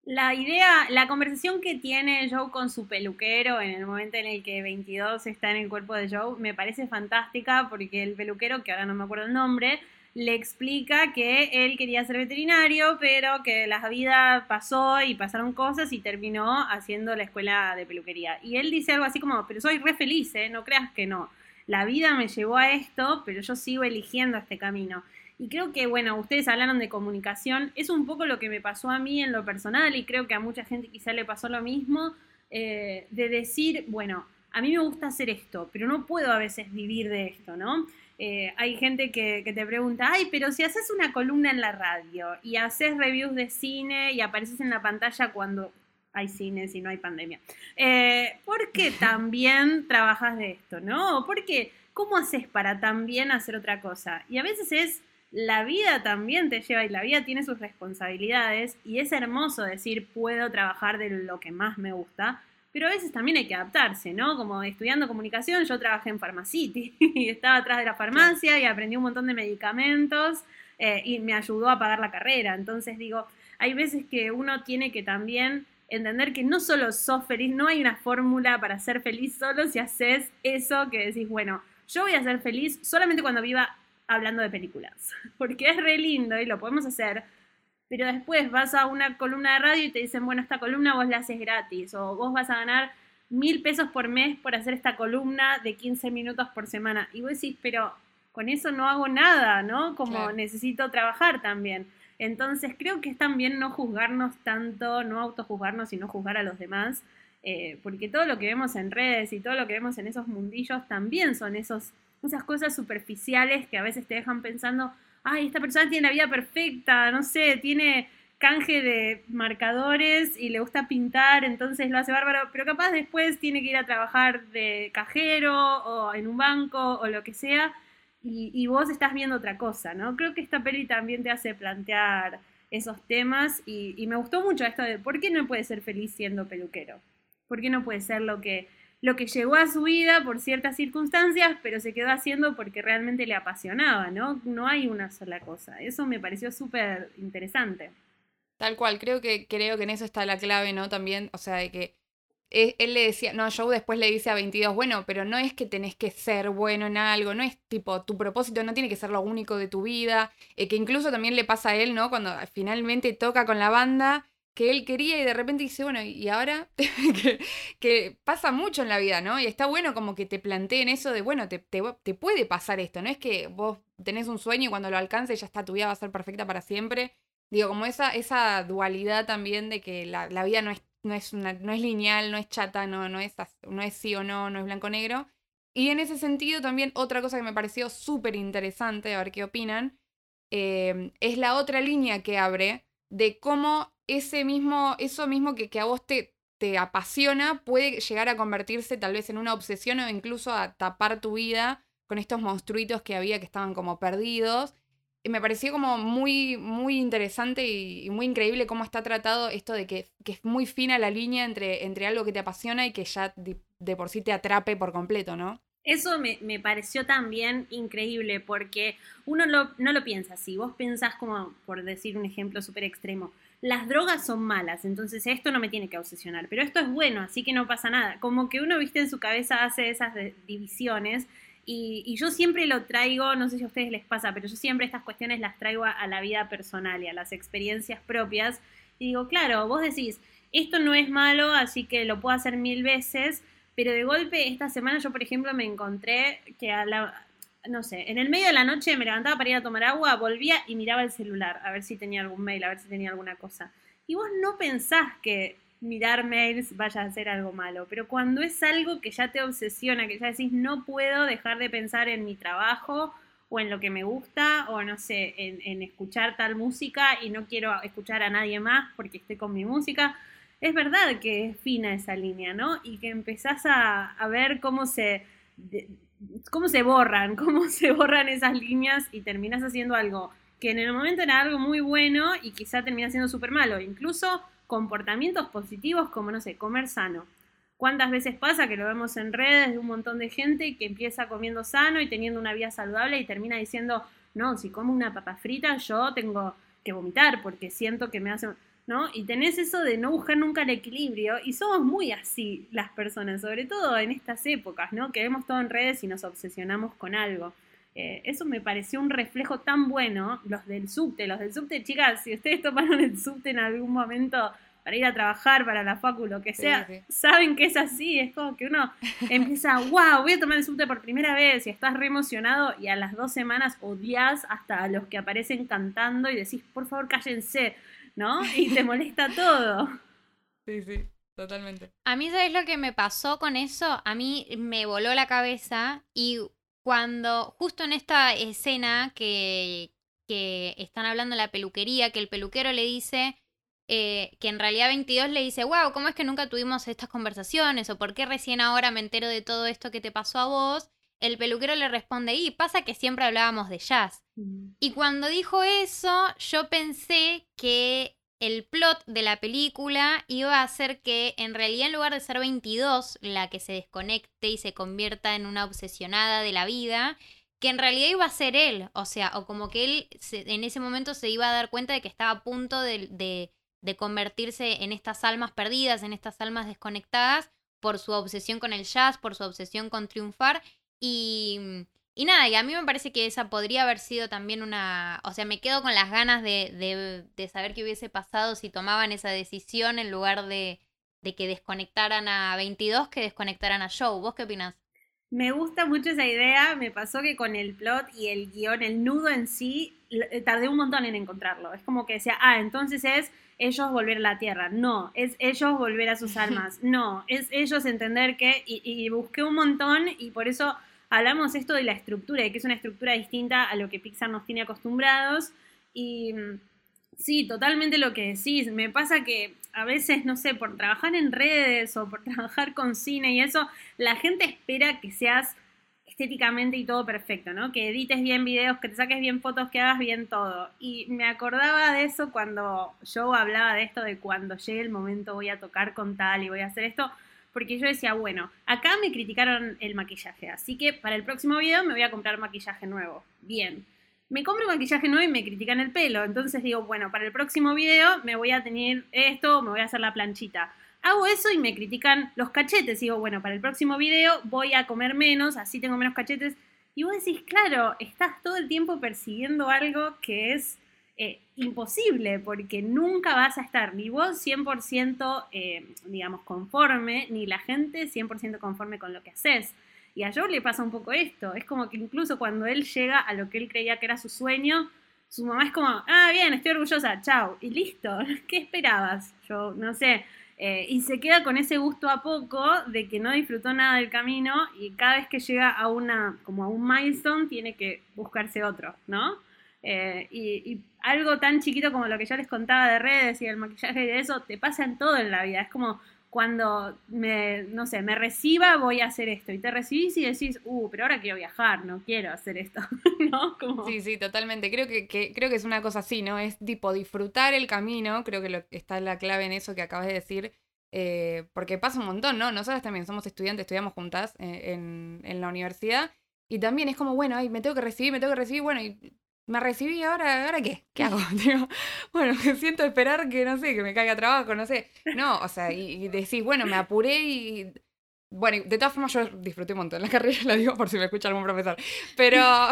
La conversación que tiene Joe con su peluquero en el momento en el que 22 está en el cuerpo de Joe, me parece fantástica porque el peluquero, que ahora no me acuerdo el nombre, le explica que él quería ser veterinario, pero que la vida pasó y pasaron cosas y terminó haciendo la escuela de peluquería. Y él dice algo así como, pero soy re feliz, no creas que no. La vida me llevó a esto, pero yo sigo eligiendo este camino. Y creo que, bueno, ustedes hablaron de comunicación, es un poco lo que me pasó a mí en lo personal y creo que a mucha gente quizá le pasó lo mismo, de decir, bueno, a mí me gusta hacer esto, pero no puedo a veces vivir de esto, ¿no? Hay gente que te pregunta, ay, pero si haces una columna en la radio y haces reviews de cine y apareces en la pantalla cuando hay cine, si no hay pandemia, ¿por qué también trabajas de esto, no? ¿Por qué? ¿Cómo haces para también hacer otra cosa? Y a veces la vida también te lleva y la vida tiene sus responsabilidades y es hermoso decir, puedo trabajar de lo que más me gusta, pero a veces también hay que adaptarse, ¿no? Como estudiando comunicación, yo trabajé en Pharmacity y estaba atrás de la farmacia y aprendí un montón de medicamentos y me ayudó a pagar la carrera. Entonces digo, hay veces que uno tiene que también entender que no solo sos feliz, no hay una fórmula para ser feliz solo si haces eso que decís, bueno, yo voy a ser feliz solamente cuando viva hablando de películas, porque es re lindo y lo podemos hacer, pero después vas a una columna de radio y te dicen, bueno, esta columna vos la haces gratis, o vos vas a ganar 1.000 pesos por mes por hacer esta columna de 15 minutos por semana. Y vos decís, pero con eso no hago nada, ¿no? Como necesito trabajar también. Entonces creo que es también no juzgarnos tanto, no autojuzgarnos y no juzgar a los demás, porque todo lo que vemos en redes y todo lo que vemos en esos mundillos también son esas cosas superficiales que a veces te dejan pensando, ay, esta persona tiene la vida perfecta, no sé, tiene canje de marcadores y le gusta pintar, entonces lo hace bárbaro, pero capaz después tiene que ir a trabajar de cajero o en un banco o lo que sea, y vos estás viendo otra cosa, ¿no? Creo que esta peli también te hace plantear esos temas y me gustó mucho esto de por qué no puede ser feliz siendo peluquero, por qué no puede ser lo que llegó a su vida por ciertas circunstancias, pero se quedó haciendo porque realmente le apasionaba, ¿no? No hay una sola cosa. Eso me pareció súper interesante. Tal cual, creo que en eso está la clave, ¿no? También, o sea, de que él le decía, no, Joe después le dice a 22, bueno, pero no es que tenés que ser bueno en algo, no es tipo, tu propósito no tiene que ser lo único de tu vida, que incluso también le pasa a él, ¿no? Cuando finalmente toca con la banda que él quería y de repente dice, bueno, y ahora, que pasa mucho en la vida, ¿no? Y está bueno como que te planteen eso de, bueno, te puede pasar esto, no es que vos tenés un sueño y cuando lo alcances ya está, tu vida va a ser perfecta para siempre. Digo, como esa dualidad también de que la vida no es lineal, no es chata, no es sí o no es blanco-negro. Y en ese sentido también otra cosa que me pareció súper interesante, a ver qué opinan, es la otra línea que abre de cómo eso mismo que a vos te apasiona puede llegar a convertirse tal vez en una obsesión o incluso a tapar tu vida con estos monstruitos que había que estaban como perdidos. Me pareció como muy, muy interesante y muy increíble cómo está tratado esto de que es muy fina la línea entre algo que te apasiona y que ya de por sí te atrape por completo, ¿no? Eso me pareció también increíble porque uno no lo piensa así. Vos pensás como, por decir un ejemplo súper extremo, las drogas son malas, entonces esto no me tiene que obsesionar, pero esto es bueno, así que no pasa nada. Como que uno, viste, en su cabeza hace esas divisiones y yo siempre lo traigo, no sé si a ustedes les pasa, pero yo siempre estas cuestiones las traigo a la vida personal y a las experiencias propias. Y digo, claro, vos decís, esto no es malo, así que lo puedo hacer 1000 veces, pero de golpe esta semana yo, por ejemplo, me encontré que no sé, en el medio de la noche me levantaba para ir a tomar agua, volvía y miraba el celular a ver si tenía algún mail, a ver si tenía alguna cosa. Y vos no pensás que mirar mails vaya a ser algo malo, pero cuando es algo que ya te obsesiona, que ya decís no puedo dejar de pensar en mi trabajo o en lo que me gusta o no sé, en escuchar tal música y no quiero escuchar a nadie más porque estoy con mi música, es verdad que es fina esa línea, ¿no? Y que empezás a ver cómo se borran esas líneas y terminás haciendo algo que en el momento era algo muy bueno y quizá termina siendo súper malo. Incluso comportamientos positivos como, no sé, comer sano. ¿Cuántas veces pasa que lo vemos en redes de un montón de gente que empieza comiendo sano y teniendo una vida saludable y termina diciendo, no, si como una papa frita yo tengo que vomitar porque siento que me hace... ¿no? Y tenés eso de no buscar nunca el equilibrio y somos muy así las personas, sobre todo en estas épocas, ¿no? Que vemos todo en redes y nos obsesionamos con algo. Eso me pareció un reflejo tan bueno, los del subte, chicas, si ustedes tomaron el subte en algún momento para ir a trabajar, para la facu, lo que sea, sí. Saben que es así, es como que uno empieza, wow, voy a tomar el subte por primera vez y estás re emocionado y a las 2 semanas odias hasta a los que aparecen cantando y decís, por favor, cállense, ¿no? Y te molesta todo. Sí, totalmente. A mí, ¿sabes lo que me pasó con eso? A mí me voló la cabeza y cuando, justo en esta escena que están hablando en la peluquería, que el peluquero le dice que en realidad 22 le dice, wow, ¿cómo es que nunca tuvimos estas conversaciones? ¿O por qué recién ahora me entero de todo esto que te pasó a vos? El peluquero le responde, y pasa que siempre hablábamos de jazz. Y cuando dijo eso, yo pensé que el plot de la película iba a ser que en realidad en lugar de ser 22 la que se desconecte y se convierta en una obsesionada de la vida, que en realidad iba a ser él, o sea, o como que él en ese momento se iba a dar cuenta de que estaba a punto de convertirse en estas almas perdidas, en estas almas desconectadas por su obsesión con el jazz, por su obsesión con triunfar y nada, y a mí me parece que esa podría haber sido también una... O sea, me quedo con las ganas de saber qué hubiese pasado si tomaban esa decisión en lugar de que desconectaran a 22 que desconectaran a Joe. ¿Vos qué opinás? Me gusta mucho esa idea, me pasó que con el plot y el guión, el nudo en sí, tardé un montón en encontrarlo. Es como que decía, entonces es ellos volver a la tierra. No, es ellos volver a sus almas. No, es ellos entender que, y busqué un montón, y por eso hablamos esto de la estructura, de que es una estructura distinta a lo que Pixar nos tiene acostumbrados. Y sí, totalmente lo que decís. Me pasa que a veces, no sé, por trabajar en redes o por trabajar con cine y eso, la gente espera que seas estéticamente y todo perfecto, ¿no? Que edites bien videos, que te saques bien fotos, que hagas bien todo. Y me acordaba de eso cuando yo hablaba de esto, de cuando llegue el momento voy a tocar con tal y voy a hacer esto, porque yo decía, bueno, acá me criticaron el maquillaje, así que para el próximo video me voy a comprar maquillaje nuevo. Bien. Me compro maquillaje nuevo y me critican el pelo, entonces digo, bueno, para el próximo video me voy a tener esto, me voy a hacer la planchita. Hago eso y me critican los cachetes. Y digo, bueno, para el próximo video voy a comer menos, así tengo menos cachetes. Y vos decís, claro, estás todo el tiempo persiguiendo algo que es imposible, porque nunca vas a estar ni vos 100% digamos, conforme, ni la gente 100% conforme con lo que haces. Y a Joe le pasa un poco esto. Es como que incluso cuando él llega a lo que él creía que era su sueño, su mamá es como, bien, estoy orgullosa, chao. Y listo, ¿qué esperabas? Yo no sé. Y se queda con ese gusto a poco de que no disfrutó nada del camino y cada vez que llega a como a un milestone tiene que buscarse otro, ¿no? Y algo tan chiquito como lo que yo les contaba de redes y el maquillaje y de eso, te pasa en todo en la vida. Es como cuando no sé, me reciba voy a hacer esto y te recibís y decís, pero ahora quiero viajar, no quiero hacer esto, ¿no? Como... Sí, totalmente. Creo que es una cosa así, ¿no? Es tipo disfrutar el camino, creo que está la clave en eso que acabas de decir, porque pasa un montón, ¿no? Nosotras también somos estudiantes, estudiamos juntas en la universidad y también es como, bueno, me tengo que recibir, bueno, y me recibí, ¿ahora qué? ¿Qué hago? Digo, bueno, siento esperar que, no sé, que me caiga trabajo, no sé. No, o sea, y decís, bueno, me apuré y... Bueno, de todas formas yo disfruté un montón la carrera, la digo por si me escucha algún profesor. Pero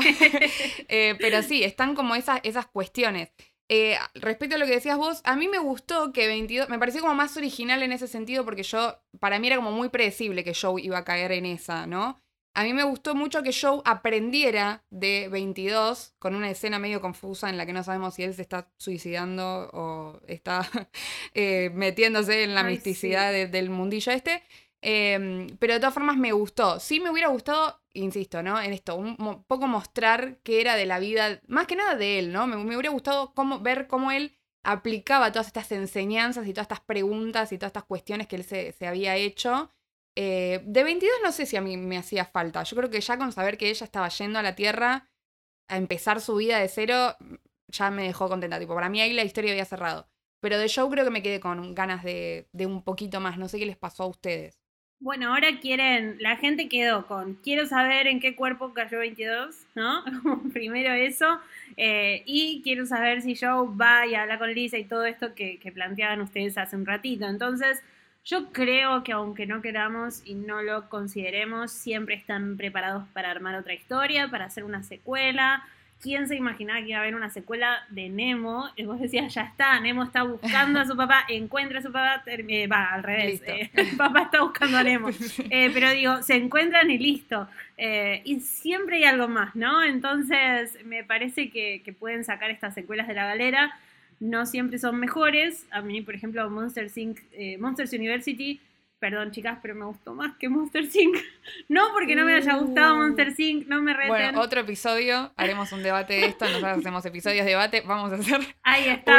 sí, están como esas cuestiones. Respecto a lo que decías vos, a mí me gustó que 22... Me pareció como más original en ese sentido porque para mí era como muy predecible que Joe iba a caer en esa, ¿no? A mí me gustó mucho que Joe aprendiera de 22 con una escena medio confusa en la que no sabemos si él se está suicidando o está metiéndose en la misticidad del mundillo este. Pero de todas formas me gustó. Sí me hubiera gustado, insisto, ¿no? En esto, un poco mostrar qué era de la vida, más que nada de él, ¿no? Me hubiera gustado ver cómo él aplicaba todas estas enseñanzas y todas estas preguntas y todas estas cuestiones que él se había hecho. De 22 no sé si a mí me hacía falta. Yo creo que ya con saber que ella estaba yendo a la Tierra a empezar su vida de cero, ya me dejó contenta. Tipo, para mí ahí la historia había cerrado. Pero de Joe creo que me quedé con ganas de un poquito más. No sé qué les pasó a ustedes. Bueno, ahora la gente quedó con, quiero saber en qué cuerpo cayó 22, ¿no? Primero eso, y quiero saber si Joe va y habla con Lisa y todo esto que planteaban ustedes hace un ratito. Entonces, yo creo que aunque no queramos y no lo consideremos, siempre están preparados para armar otra historia, para hacer una secuela. ¿Quién se imaginaba que iba a haber una secuela de Nemo? Y vos decías, ya está, Nemo está buscando a su papá, encuentra a su papá, va, al revés, el papá está buscando a Nemo. Pero digo, se encuentran y listo. Y siempre hay algo más, ¿no? Entonces, me parece que pueden sacar estas secuelas de la galera. No siempre son mejores. A mí, por ejemplo, Monsters University... Perdón, chicas, pero me gustó más que Monsters Inc. No porque no me haya gustado Monsters Inc., no me reten. Bueno, otro episodio, haremos un debate de esto, nosotros hacemos episodios de debate, vamos a hacer ahí está,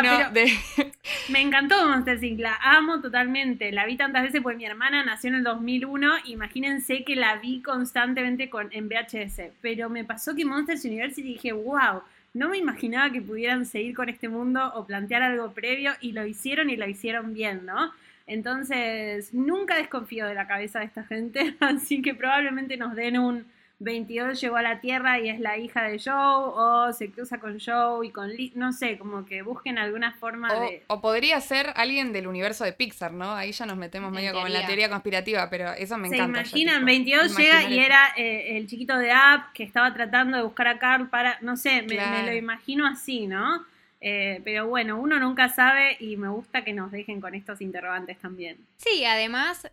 Me encantó Monsters Inc., la amo totalmente, la vi tantas veces porque mi hermana nació en el 2001, imagínense que la vi constantemente en VHS, pero me pasó que Monsters University dije, wow, no me imaginaba que pudieran seguir con este mundo o plantear algo previo, y lo hicieron bien, ¿no? Entonces, nunca desconfío de la cabeza de esta gente, así que probablemente nos den un 22 llegó a la Tierra y es la hija de Joe, o se cruza con Joe y con Lee, no sé, como que busquen alguna forma de... O podría ser alguien del universo de Pixar, ¿no? Ahí ya nos metemos medio como en la teoría conspirativa, pero eso me encanta. Se imaginan, 22 llega y era el chiquito de Up que estaba tratando de buscar a Carl para, no sé, me lo imagino así, ¿no? Pero bueno, uno nunca sabe y me gusta que nos dejen con estos interrogantes también. Sí, además,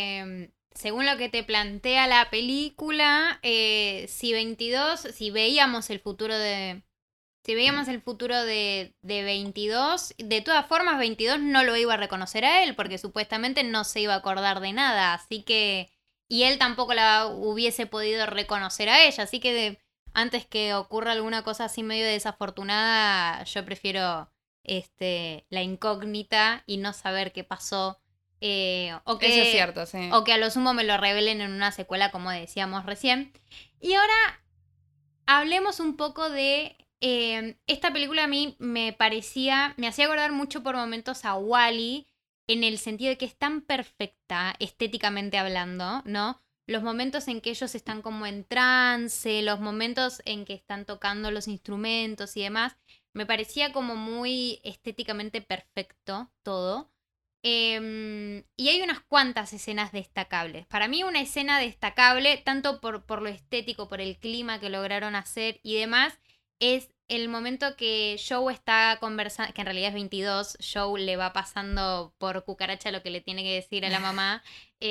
según lo que te plantea la película, si veíamos el futuro de Si veíamos el futuro de 22, de todas formas 22 no lo iba a reconocer a él porque supuestamente no se iba a acordar de nada, así que... Y él tampoco la hubiese podido reconocer a ella, así que antes que ocurra alguna cosa así medio desafortunada, yo prefiero la incógnita y no saber qué pasó. O que, eso es cierto, sí. O que a lo sumo me lo revelen en una secuela, como decíamos recién. Y ahora hablemos un poco de... esta película a mí me hacía acordar mucho por momentos a Wall-E, en el sentido de que es tan perfecta, estéticamente hablando, ¿no? Los momentos en que ellos están como en trance, los momentos en que están tocando los instrumentos y demás, me parecía como muy estéticamente perfecto todo. Y hay unas cuantas escenas destacables. Para mí una escena destacable, tanto por lo estético, por el clima que lograron hacer y demás, es el momento que Joe está conversando, que en realidad es 22, Joe le va pasando por cucaracha lo que le tiene que decir a la mamá.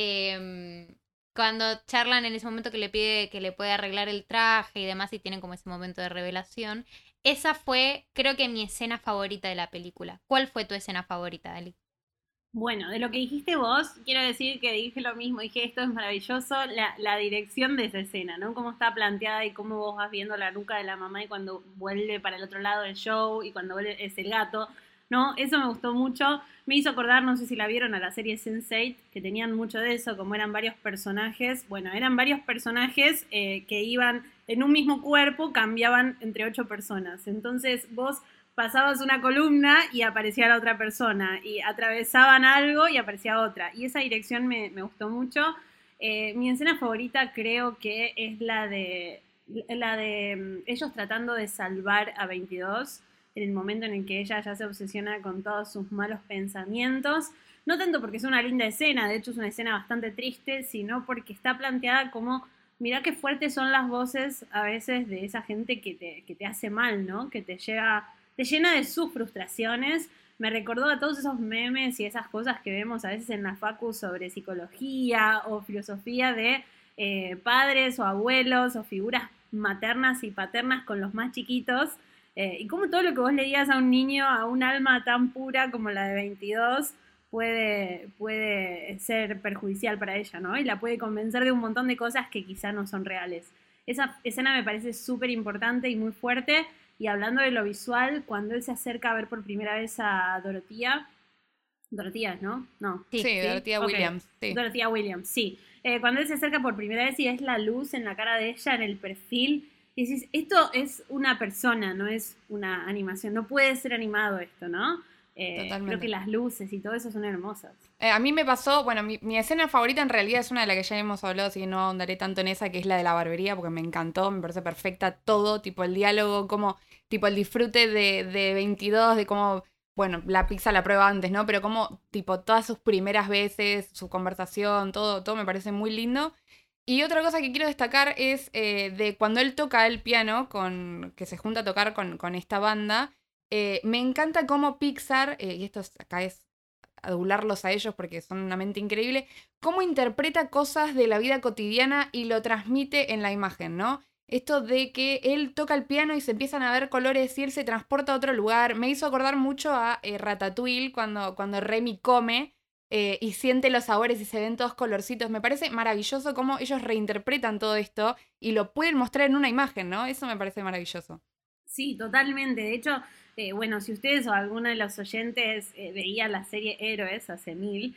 Cuando charlan en ese momento que le pide que le pueda arreglar el traje y demás, y tienen como ese momento de revelación. Esa fue, creo que, mi escena favorita de la película. ¿Cuál fue tu escena favorita, Ali? Bueno, de lo que dijiste vos, quiero decir que dije lo mismo, dije esto es maravilloso, la dirección de esa escena, ¿no? Cómo está planteada y cómo vos vas viendo la nuca de la mamá y cuando vuelve para el otro lado del show y cuando vuelve es el gato, ¿no? Eso me gustó mucho, me hizo acordar, no sé si la vieron, a la serie Sense8, que tenían mucho de eso, como eran varios personajes, bueno, eran varios personajes que iban en un mismo cuerpo, cambiaban entre 8 personas, entonces vos pasabas una columna y aparecía la otra persona, y atravesaban algo y aparecía otra, y esa dirección me gustó mucho. Mi escena favorita creo que es la de ellos tratando de salvar a 22 en el momento en el que ella ya se obsesiona con todos sus malos pensamientos, no tanto porque es una linda escena, de hecho es una escena bastante triste, sino porque está planteada como, mirá qué fuertes son las voces a veces de esa gente que te hace mal, ¿no? Que te llena de sus frustraciones. Me recordó a todos esos memes y esas cosas que vemos a veces en la facu sobre psicología o filosofía de padres o abuelos o figuras maternas y paternas con los más chiquitos. Y como todo lo que vos le digas a un niño, a un alma tan pura como la de 22, puede ser perjudicial para ella, ¿no? Y la puede convencer de un montón de cosas que quizá no son reales. Esa escena me parece súper importante y muy fuerte. Y hablando de lo visual, cuando él se acerca a ver por primera vez a Dorothea, ¿no? No. Sí, Dorothea Williams. Sí. Dorothea Williams, sí. Cuando él se acerca por primera vez y ves la luz en la cara de ella, en el perfil, y dices, esto es una persona, no es una animación, no puede ser animado esto, ¿no? Creo que las luces y todo eso son hermosas. A mí me pasó, bueno, mi escena favorita en realidad es una de la que ya hemos hablado, así que no ahondaré tanto en esa, que es la de la barbería, porque me encantó, me parece perfecta todo, tipo el diálogo, como, tipo el disfrute de 22, de cómo, bueno, la pizza la prueba antes, ¿no? Pero como, tipo, todas sus primeras veces, su conversación, todo me parece muy lindo. Y otra cosa que quiero destacar es de cuando él toca el piano, que se junta a tocar con esta banda. Me encanta cómo Pixar, y esto acá es adularlos a ellos porque son una mente increíble, cómo interpreta cosas de la vida cotidiana y lo transmite en la imagen, ¿no? Esto de que él toca el piano y se empiezan a ver colores y él se transporta a otro lugar, me hizo acordar mucho a Ratatouille cuando Remy come y siente los sabores y se ven todos colorcitos. Me parece maravilloso cómo ellos reinterpretan todo esto y lo pueden mostrar en una imagen, ¿no? Eso me parece maravilloso. Sí, totalmente. De hecho, bueno, si ustedes o alguno de los oyentes veía la serie Héroes hace 1000,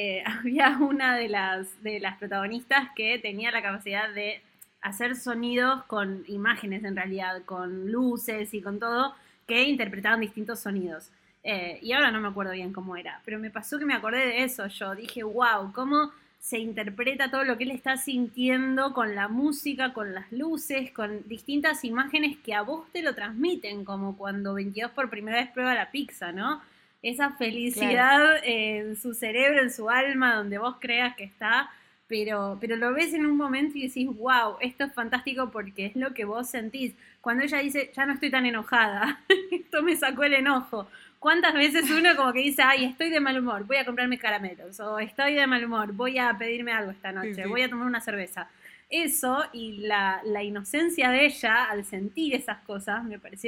había una de las protagonistas que tenía la capacidad de hacer sonidos con imágenes en realidad, con luces y con todo, que interpretaban distintos sonidos. Y ahora no me acuerdo bien cómo era, pero me pasó que me acordé de eso. Yo dije, wow, cómo se interpreta todo lo que él está sintiendo con la música, con las luces, con distintas imágenes que a vos te lo transmiten, como cuando 22 por primera vez prueba la pizza, ¿no? Esa felicidad claro, en su cerebro, en su alma, donde vos creas que está, pero lo ves en un momento y decís, wow, esto es fantástico porque es lo que vos sentís. Cuando ella dice, ya no estoy tan enojada, esto me sacó el enojo. ¿Cuántas veces uno como que dice, ay, estoy de mal humor, voy a comprarme caramelos, o estoy de mal humor, voy a pedirme algo esta noche, sí, sí, voy a tomar una cerveza? Eso y la inocencia de ella al sentir esas cosas me parecieron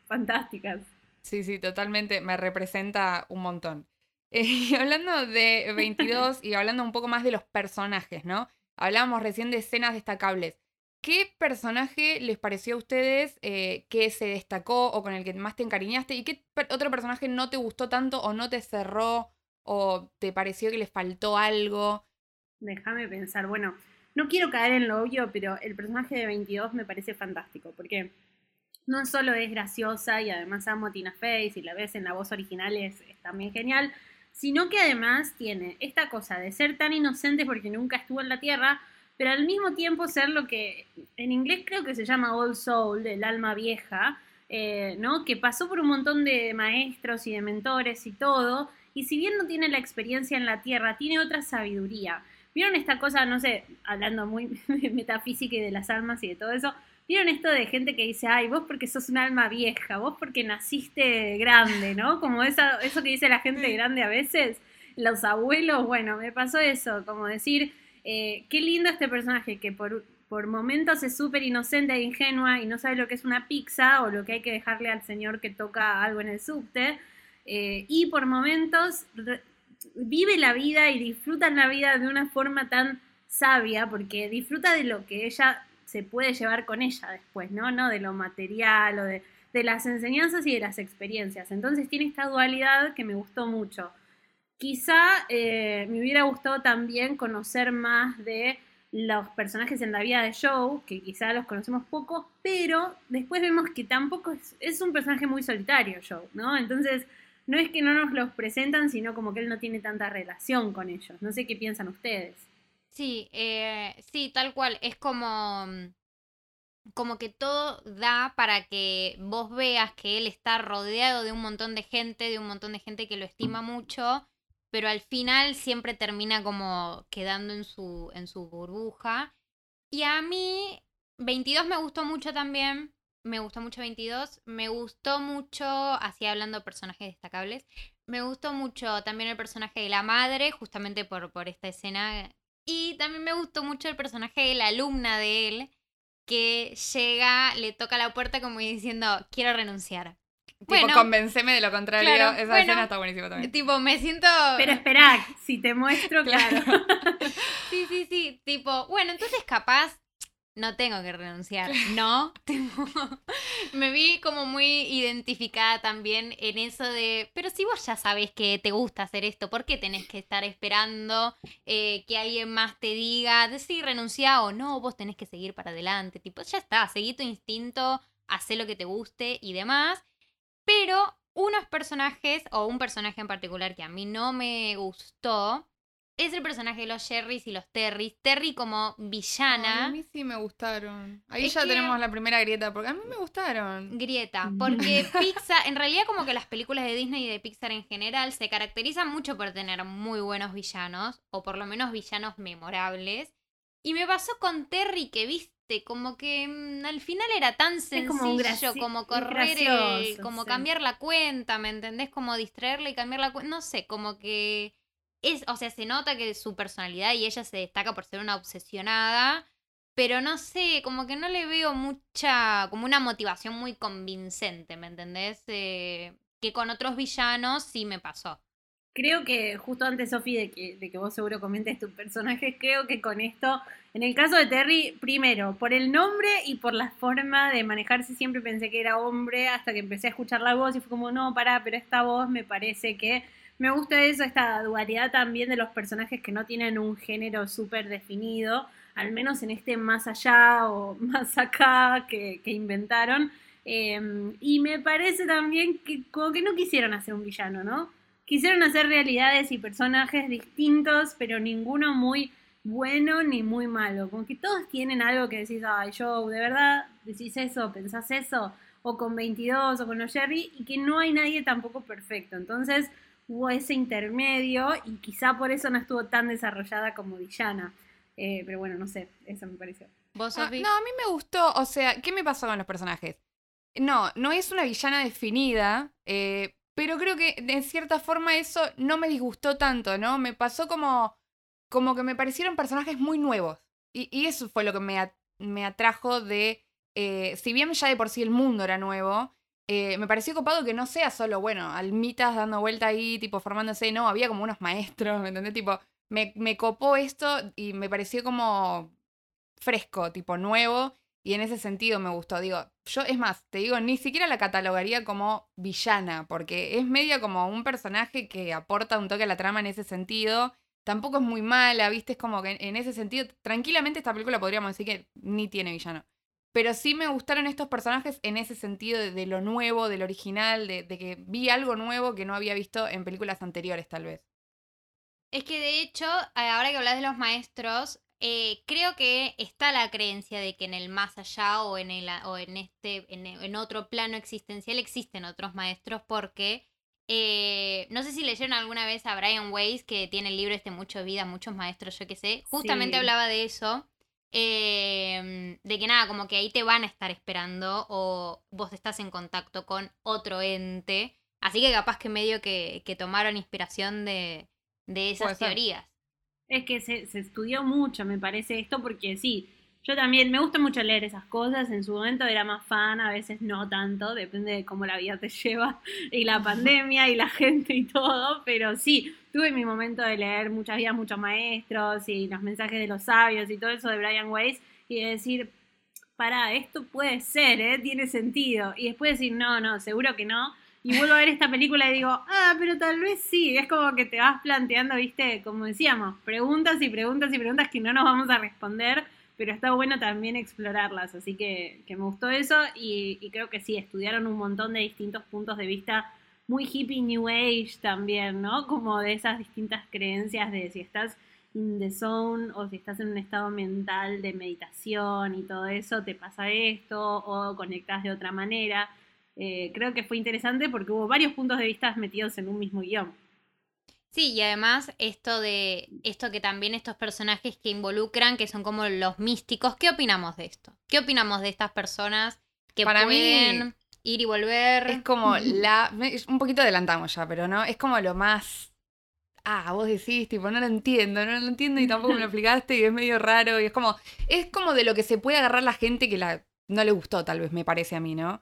fantásticas. Sí, totalmente, me representa un montón. Y hablando de 22 y hablando un poco más de los personajes, ¿no? Hablábamos recién de escenas destacables. ¿Qué personaje les pareció a ustedes que se destacó o con el que más te encariñaste? ¿Y qué otro personaje no te gustó tanto o no te cerró o te pareció que les faltó algo? Déjame pensar, bueno, no quiero caer en lo obvio, pero el personaje de 22 me parece fantástico, porque no solo es graciosa y además amo a Tina Fey, si la ves en la voz original es también genial, sino que además tiene esta cosa de ser tan inocente porque nunca estuvo en la Tierra, pero al mismo tiempo ser lo que en inglés creo que se llama Old Soul, el alma vieja, ¿no? Que pasó por un montón de maestros y de mentores y todo, y si bien no tiene la experiencia en la Tierra, tiene otra sabiduría. ¿Vieron esta cosa, no sé, hablando muy metafísica y de las almas y de todo eso? ¿Vieron esto de gente que dice, ay, vos porque sos un alma vieja, vos porque naciste grande, ¿no? Como eso que dice la gente grande a veces, los abuelos, bueno, me pasó eso, como decir, qué lindo este personaje que por momentos es súper inocente e ingenua y no sabe lo que es una pizza o lo que hay que dejarle al señor que toca algo en el subte, y por momentos vive la vida y disfruta la vida de una forma tan sabia, porque disfruta de lo que ella se puede llevar con ella después, ¿no? No de lo material o de las enseñanzas y de las experiencias. Entonces tiene esta dualidad que me gustó mucho. Quizá me hubiera gustado también conocer más de los personajes en la vida de Joe, que quizá los conocemos poco, pero después vemos que tampoco es un personaje muy solitario Joe, ¿no? Entonces no es que no nos los presentan, sino como que él no tiene tanta relación con ellos. No sé qué piensan ustedes. Sí, sí, tal cual. Es como que todo da para que vos veas que él está rodeado de un montón de gente que lo estima mucho, pero al final siempre termina como quedando en su burbuja. Y a mí, 22 me gustó mucho también. Me gustó mucho 22. Me gustó mucho, así hablando de personajes destacables, me gustó mucho también el personaje de la madre, justamente por esta escena. Y también me gustó mucho el personaje de la alumna de él, que llega, le toca la puerta como diciendo, quiero renunciar. Tipo, bueno, convenceme de lo contrario. Claro, esa escena está buenísima también. Tipo, me siento... Pero esperá, si te muestro, claro. Sí. Tipo, bueno, entonces capaz no tengo que renunciar, ¿no? Me vi como muy identificada también en eso de, pero si vos ya sabés que te gusta hacer esto, ¿por qué tenés que estar esperando que alguien más te diga de si renuncia o no? Vos tenés que seguir para adelante, tipo, ya está, seguí tu instinto, hacé lo que te guste y demás. Pero unos personajes, o un personaje en particular que a mí no me gustó, es el personaje de los Jerrys y los Terrys. Terry como villana. Ay, a mí sí me gustaron. Ahí ya tenemos la primera grieta, porque a mí me gustaron. Grieta, porque Pixar, en realidad como que las películas de Disney y de Pixar en general se caracterizan mucho por tener muy buenos villanos, o por lo menos villanos memorables. Y me pasó con Terry que viste, como que al final era tan sencillo como correr, como cambiar la cuenta, ¿me entendés? Como distraerle y cambiar la cuenta, no sé, como que... o sea, se nota que su personalidad y ella se destaca por ser una obsesionada, pero no sé, como que no le veo como una motivación muy convincente, ¿me entendés? Que con otros villanos sí me pasó. Creo que justo antes, Sofi, de que vos seguro comentes tus personajes, creo que con esto, en el caso de Terry, primero, por el nombre y por la forma de manejarse, siempre pensé que era hombre, hasta que empecé a escuchar la voz y fue como, no, pará, pero esta voz me parece que... Me gusta eso, esta dualidad también de los personajes que no tienen un género súper definido, al menos en este más allá o más acá que inventaron. Y me parece también que como que no quisieron hacer un villano, ¿no? Quisieron hacer realidades y personajes distintos, pero ninguno muy bueno ni muy malo. Como que todos tienen algo que decís, ay, yo de verdad decís eso, pensás eso, o con 22 o con los Jerry, y que no hay nadie tampoco perfecto. Entonces hubo ese intermedio y quizá por eso no estuvo tan desarrollada como villana. Pero bueno, no sé, eso me pareció. ¿Vos, Sofi? No, a mí me gustó, o sea, ¿qué me pasó con los personajes? No es una villana definida, pero creo que de cierta forma eso no me disgustó tanto, ¿no? Me pasó como que me parecieron personajes muy nuevos. Y eso fue lo que me atrajo de... si bien ya de por sí el mundo era nuevo, me pareció copado que no sea solo, bueno, almitas dando vuelta ahí, tipo formándose, no, había como unos maestros, ¿me entendés? Tipo, me copó esto y me pareció como fresco, tipo nuevo, y en ese sentido me gustó. Digo, yo, es más, te digo, ni siquiera la catalogaría como villana, porque es medio como un personaje que aporta un toque a la trama en ese sentido. Tampoco es muy mala, ¿viste? Es como que en ese sentido, tranquilamente esta película podríamos decir que ni tiene villano. Pero sí me gustaron estos personajes en ese sentido de lo nuevo, del original, de que vi algo nuevo que no había visto en películas anteriores, tal vez. Es que de hecho, ahora que hablas de los maestros, creo que está la creencia de que en el más allá o en otro plano existencial existen otros maestros porque no sé si leyeron alguna vez a Brian Weiss, que tiene el libro Mucho Vida, Muchos Maestros, yo qué sé, justamente Sí. hablaba de eso, de que nada, como que ahí te van a estar esperando o vos estás en contacto con otro ente, así que capaz que medio que tomaron inspiración de esas teorías. Es que se estudió mucho, me parece esto, porque sí, yo también me gusta mucho leer esas cosas. En su momento era más fan, a veces no tanto, depende de cómo la vida te lleva y la pandemia y la gente y todo. Pero sí, tuve mi momento de leer muchas vidas, muchos maestros y los mensajes de los sabios y todo eso de Brian Weiss y de decir, pará, esto puede ser, ¿eh? Tiene sentido. Y después decir, no, seguro que no. Y vuelvo a ver esta película y digo, pero tal vez sí. Es como que te vas planteando, viste, como decíamos, preguntas y preguntas y preguntas que no nos vamos a responder, pero está bueno también explorarlas. Así que me gustó eso y creo que sí, estudiaron un montón de distintos puntos de vista, muy hippie New Age también, ¿no? Como de esas distintas creencias de si estás in the zone o si estás en un estado mental de meditación y todo eso, te pasa esto o conectás de otra manera. Creo que fue interesante porque hubo varios puntos de vista metidos en un mismo guión. Sí, y además esto que también estos personajes que involucran, que son como los místicos, ¿qué opinamos de esto? ¿Qué opinamos de estas personas que Para pueden mí ir y volver? es como un poquito adelantamos ya, pero no, es como lo más... vos decís, tipo, no lo entiendo y tampoco me lo explicaste y es medio raro y es como de lo que se puede agarrar la gente que no le gustó, tal vez, me parece a mí, ¿no?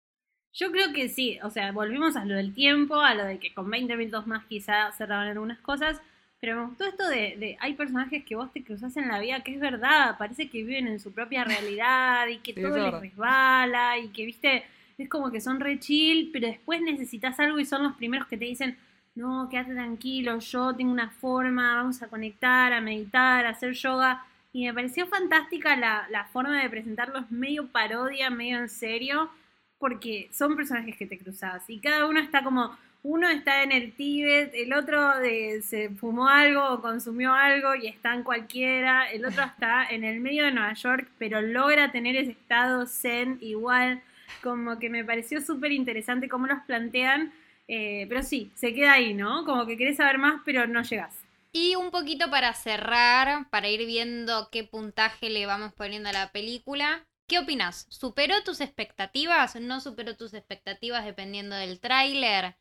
Yo creo que sí, o sea, volvimos a lo del tiempo, a lo de que con 20 minutos más quizá cerraban algunas cosas, pero me gustó esto de hay personajes que vos te cruzás en la vida que es verdad, parece que viven en su propia realidad y que Sí, todo les resbala y que, viste, es como que son re chill, pero después necesitas algo y son los primeros que te dicen, no, quédate tranquilo, yo tengo una forma, vamos a conectar, a meditar, a hacer yoga. Y me pareció fantástica la forma de presentarlos medio parodia, medio en serio, porque son personajes que te cruzas y cada uno está como, uno está en el Tíbet, el otro se fumó algo o consumió algo y está en cualquiera, el otro está en el medio de Nueva York, pero logra tener ese estado zen igual, como que me pareció súper interesante cómo los plantean, pero sí, se queda ahí, ¿no? Como que querés saber más, pero no llegás. Y un poquito para cerrar, para ir viendo qué puntaje le vamos poniendo a la película. ¿Qué opinas? ¿Superó tus expectativas? ¿No superó tus expectativas dependiendo del tráiler?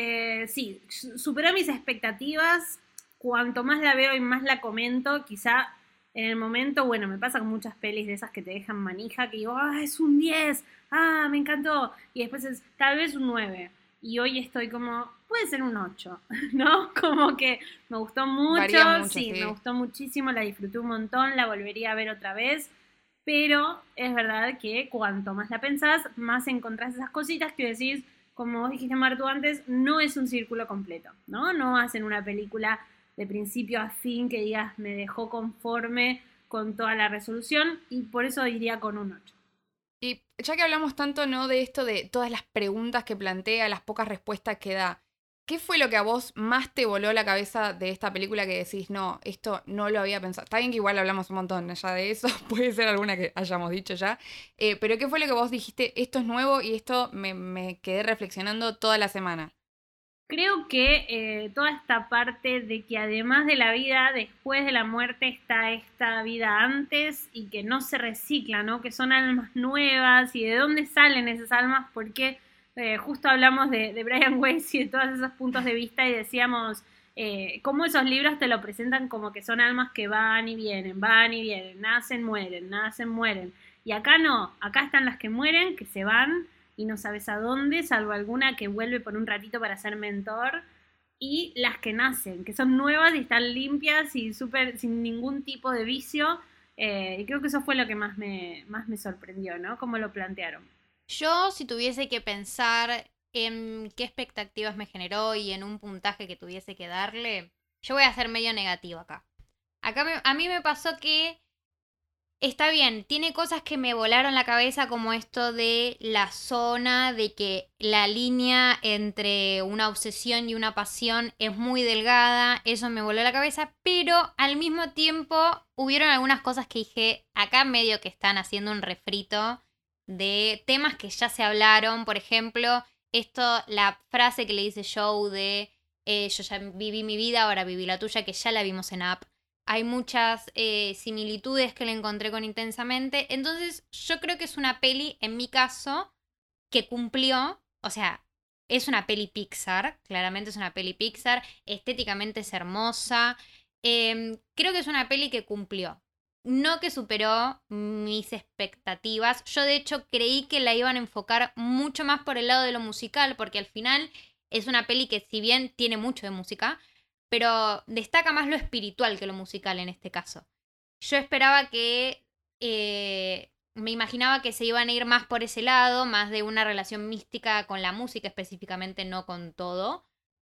Sí, superó mis expectativas. Cuanto más la veo y más la comento, quizá en el momento, bueno, me pasa con muchas pelis de esas que te dejan manija, que digo, es un 10, me encantó. Y después es tal vez un 9. Y hoy estoy como, puede ser un 8, ¿no? Como que me gustó mucho, sí, me gustó muchísimo, la disfruté un montón, la volvería a ver otra vez. Pero es verdad que cuanto más la pensás, más encontrás esas cositas que decís, como vos dijiste, Martu, antes, no es un círculo completo, ¿no? No hacen una película de principio a fin que digas, me dejó conforme con toda la resolución, y por eso iría con un 8. Y ya que hablamos tanto, ¿no? De esto de todas las preguntas que plantea, las pocas respuestas que da, ¿qué fue lo que a vos más te voló la cabeza de esta película que decís, no, esto no lo había pensado? Está bien que igual hablamos un montón ya de eso, puede ser alguna que hayamos dicho ya, pero ¿qué fue lo que vos dijiste, esto es nuevo y esto me quedé reflexionando toda la semana? Creo que toda esta parte de que además de la vida después de la muerte está esta vida antes y que no se recicla, ¿no? Que son almas nuevas y de dónde salen esas almas, porque justo hablamos de Brian Weiss y de todos esos puntos de vista y decíamos cómo esos libros te lo presentan como que son almas que van y vienen, nacen, mueren. Y acá no, acá están las que mueren, que se van y no sabes a dónde, salvo alguna que vuelve por un ratito para ser mentor, y las que nacen, que son nuevas y están limpias y sin ningún tipo de vicio. Y creo que eso fue lo que más me sorprendió, ¿no? Cómo lo plantearon. Yo, si tuviese que pensar en qué expectativas me generó y en un puntaje que tuviese que darle, yo voy a ser medio negativo acá. A mí me pasó que está bien, tiene cosas que me volaron la cabeza como esto de la zona, de que la línea entre una obsesión y una pasión es muy delgada, eso me voló la cabeza, pero al mismo tiempo hubieron algunas cosas que dije, acá medio que están haciendo un refrito de temas que ya se hablaron, por ejemplo, la frase que le dice Joe de yo ya viví mi vida, ahora viví la tuya, que ya la vimos en Up. Hay muchas similitudes que le encontré con Intensamente. Entonces, yo creo que es una peli, en mi caso, que cumplió. O sea, es una peli Pixar. Claramente es una peli Pixar. Estéticamente es hermosa. Creo que es una peli que cumplió. No que superó mis expectativas. Yo, de hecho, creí que la iban a enfocar mucho más por el lado de lo musical. Porque al final es una peli que, si bien tiene mucho de música, pero destaca más lo espiritual que lo musical en este caso. Yo esperaba que... me imaginaba que se iban a ir más por ese lado, más de una relación mística con la música específicamente, no con todo.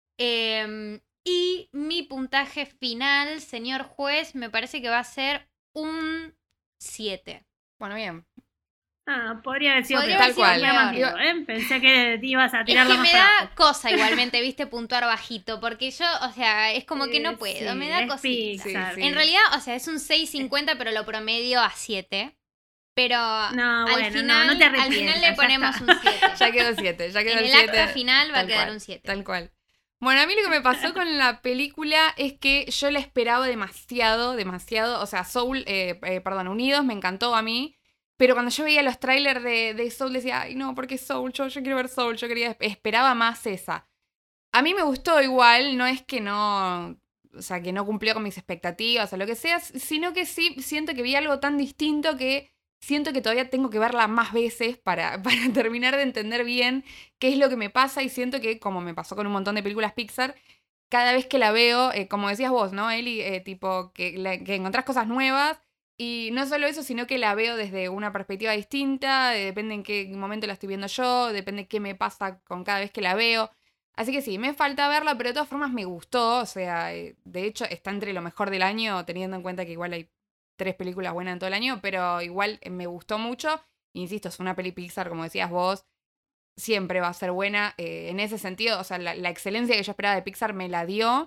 Y mi puntaje final, señor juez, me parece que va a ser un 7. Bueno, bien. Podría haber sido peor. Tal cual. Pensé que te ibas a tirar más. Es que me da abajo. cosa igualmente, viste, puntuar bajito, porque yo, o sea, es como que no puedo, sí, me da cosita. Sí. En realidad, o sea, es un 6.50, pero lo promedio a 7. Pero al final le ponemos un 7. Ya quedó 7, ya quedó en el 7. 7. Acta final va a quedar un 7. Tal cual. Bueno, a mí lo que me pasó con la película es que yo la esperaba demasiado. O sea, Unidos me encantó a mí. Pero cuando yo veía los trailers de Soul decía, ay no, porque Soul, yo quiero ver Soul, esperaba más esa. A mí me gustó igual, no es que no, o sea, que no cumplió con mis expectativas o lo que sea, sino que sí siento que vi algo tan distinto que siento que todavía tengo que verla más veces para terminar de entender bien qué es lo que me pasa, y siento que, como me pasó con un montón de películas Pixar, cada vez que la veo, como decías vos, ¿no, Eli? Tipo, que encontrás cosas nuevas. Y no solo eso, sino que la veo desde una perspectiva distinta, depende en qué momento la estoy viendo yo, depende qué me pasa con cada vez que la veo. Así que sí, me falta verla, pero de todas formas me gustó. O sea, de hecho está entre lo mejor del año, teniendo en cuenta que igual hay 3 películas buenas en todo el año, pero igual me gustó mucho. Insisto, es una peli Pixar, como decías vos, siempre va a ser buena. En ese sentido, o sea, la excelencia que yo esperaba de Pixar me la dio.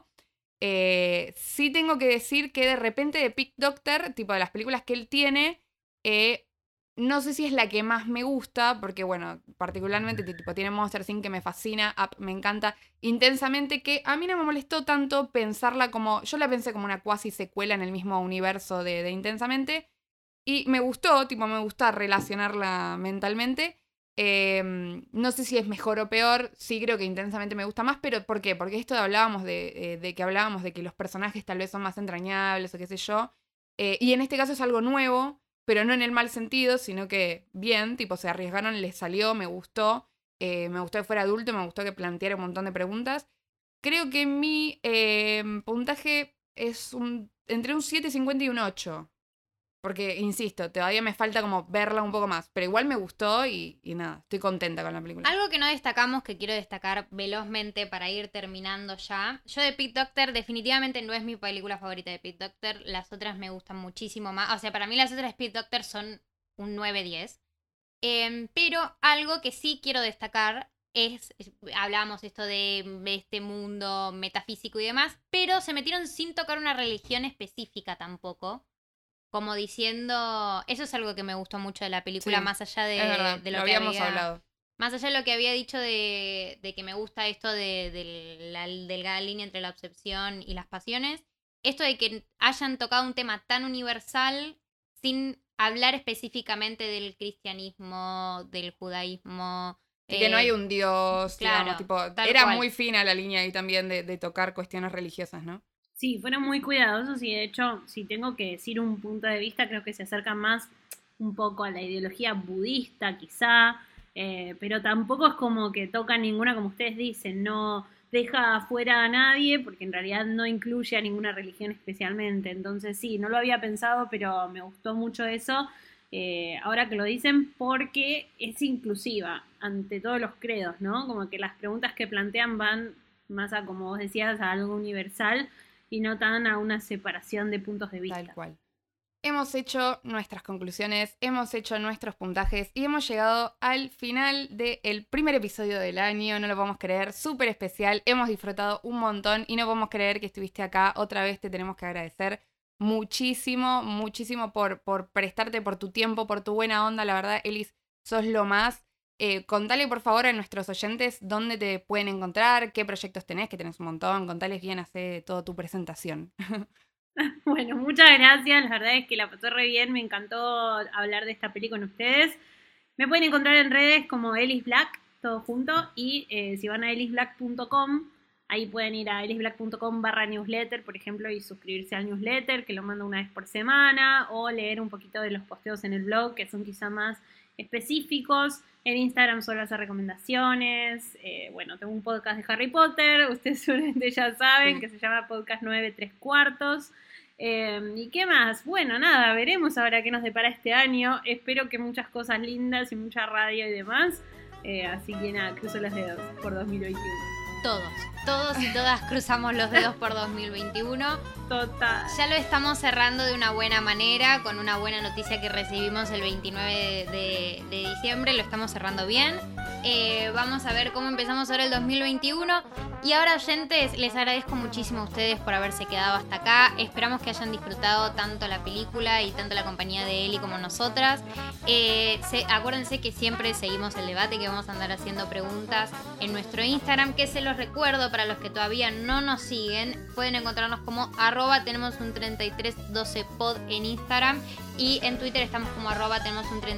Sí tengo que decir que de repente de Pink Doctor, tipo de las películas que él tiene, no sé si es la que más me gusta, porque bueno, particularmente tipo, tiene Monster Inc. que me fascina, Up me encanta intensamente, que a mí no me molestó tanto pensarla como, yo la pensé como una cuasi secuela en el mismo universo de Intensamente, y me gustó, tipo me gusta relacionarla mentalmente. No sé si es mejor o peor, sí creo que Intensamente me gusta más, pero ¿por qué? Porque esto hablábamos de que los personajes tal vez son más entrañables o qué sé yo, y en este caso es algo nuevo, pero no en el mal sentido, sino que bien, tipo se arriesgaron, les salió, me gustó que fuera adulto, me gustó que planteara un montón de preguntas. Creo que mi puntaje es entre un 7.50 y un 8. Porque, insisto, todavía me falta como verla un poco más. Pero igual me gustó y nada, estoy contenta con la película. Algo que no destacamos, que quiero destacar velozmente para ir terminando ya. Yo de Pete Doctor definitivamente no es mi película favorita de Pete Doctor. Las otras me gustan muchísimo más. O sea, para mí las otras de Pete Doctor son un 9-10. Pero algo que sí quiero destacar hablábamos esto de este mundo metafísico y demás, pero se metieron sin tocar una religión específica tampoco. Como diciendo, eso es algo que me gustó mucho de la película, sí, más allá de lo que habíamos hablado. Más allá de lo que había dicho de que me gusta esto de la delgada línea entre la obsesión y las pasiones, esto de que hayan tocado un tema tan universal sin hablar específicamente del cristianismo, del judaísmo. Y que no hay un dios, claro, digamos, tipo, era cual. Muy fina la línea ahí también de tocar cuestiones religiosas, ¿no? Sí, fueron muy cuidadosos y de hecho, si tengo que decir un punto de vista, creo que se acerca más un poco a la ideología budista quizá, pero tampoco es como que toca ninguna, como ustedes dicen, no deja afuera a nadie, porque en realidad no incluye a ninguna religión especialmente. Entonces sí, no lo había pensado, pero me gustó mucho eso, ahora que lo dicen, porque es inclusiva ante todos los credos, ¿no? Como que las preguntas que plantean van más a, como vos decías, a algo universal y no tan a una separación de puntos de vista. Tal cual. Hemos hecho nuestras conclusiones, hemos hecho nuestros puntajes y hemos llegado al final del primer episodio del año. No lo podemos creer, súper especial. Hemos disfrutado un montón y no podemos creer que estuviste acá. Otra vez te tenemos que agradecer muchísimo, muchísimo por prestarte, por tu tiempo, por tu buena onda. La verdad, Elis, sos lo más. Contale por favor a nuestros oyentes dónde te pueden encontrar, qué proyectos tenés, que tenés un montón. Contales bien, hace toda tu presentación. Bueno, muchas gracias, la verdad es que la pasé re bien, me encantó hablar de esta peli con ustedes. Me pueden encontrar en redes como Elis Black, todo junto, y si van a elisblack.com, ahí pueden ir a elisblack.com/newsletter, por ejemplo, y suscribirse al newsletter, que lo mando una vez por semana, o leer un poquito de los posteos en el blog, que son quizá más específicos. En Instagram suelo hacer recomendaciones. Bueno, tengo un podcast de Harry Potter, ustedes seguramente ya saben, que se llama Podcast 9 3/4. ¿Y qué más? Bueno, nada, veremos ahora qué nos depara este año. Espero que muchas cosas lindas y mucha radio y demás. Así que nada, cruzo los dedos por 2021. Todos y todas cruzamos los dedos por 2021. Total. Ya lo estamos cerrando de una buena manera, con una buena noticia que recibimos el 29 de diciembre. Lo estamos cerrando bien. Vamos a ver cómo empezamos ahora el 2021. Y ahora, oyentes, les agradezco muchísimo a ustedes por haberse quedado hasta acá. Esperamos que hayan disfrutado tanto la película y tanto la compañía de Eli como nosotras. Acuérdense que siempre seguimos el debate, que vamos a andar haciendo preguntas en nuestro Instagram, que se los recuerdo para los que todavía no nos siguen. Pueden encontrarnos como tenemos un 3312pod en Instagram, y en Twitter estamos como tenemos un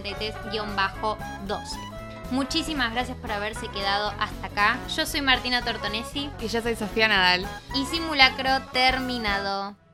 33-12. Muchísimas gracias por haberse quedado hasta acá. Yo soy Martina Tortonesi. Y yo soy Sofía Nadal. Y simulacro terminado.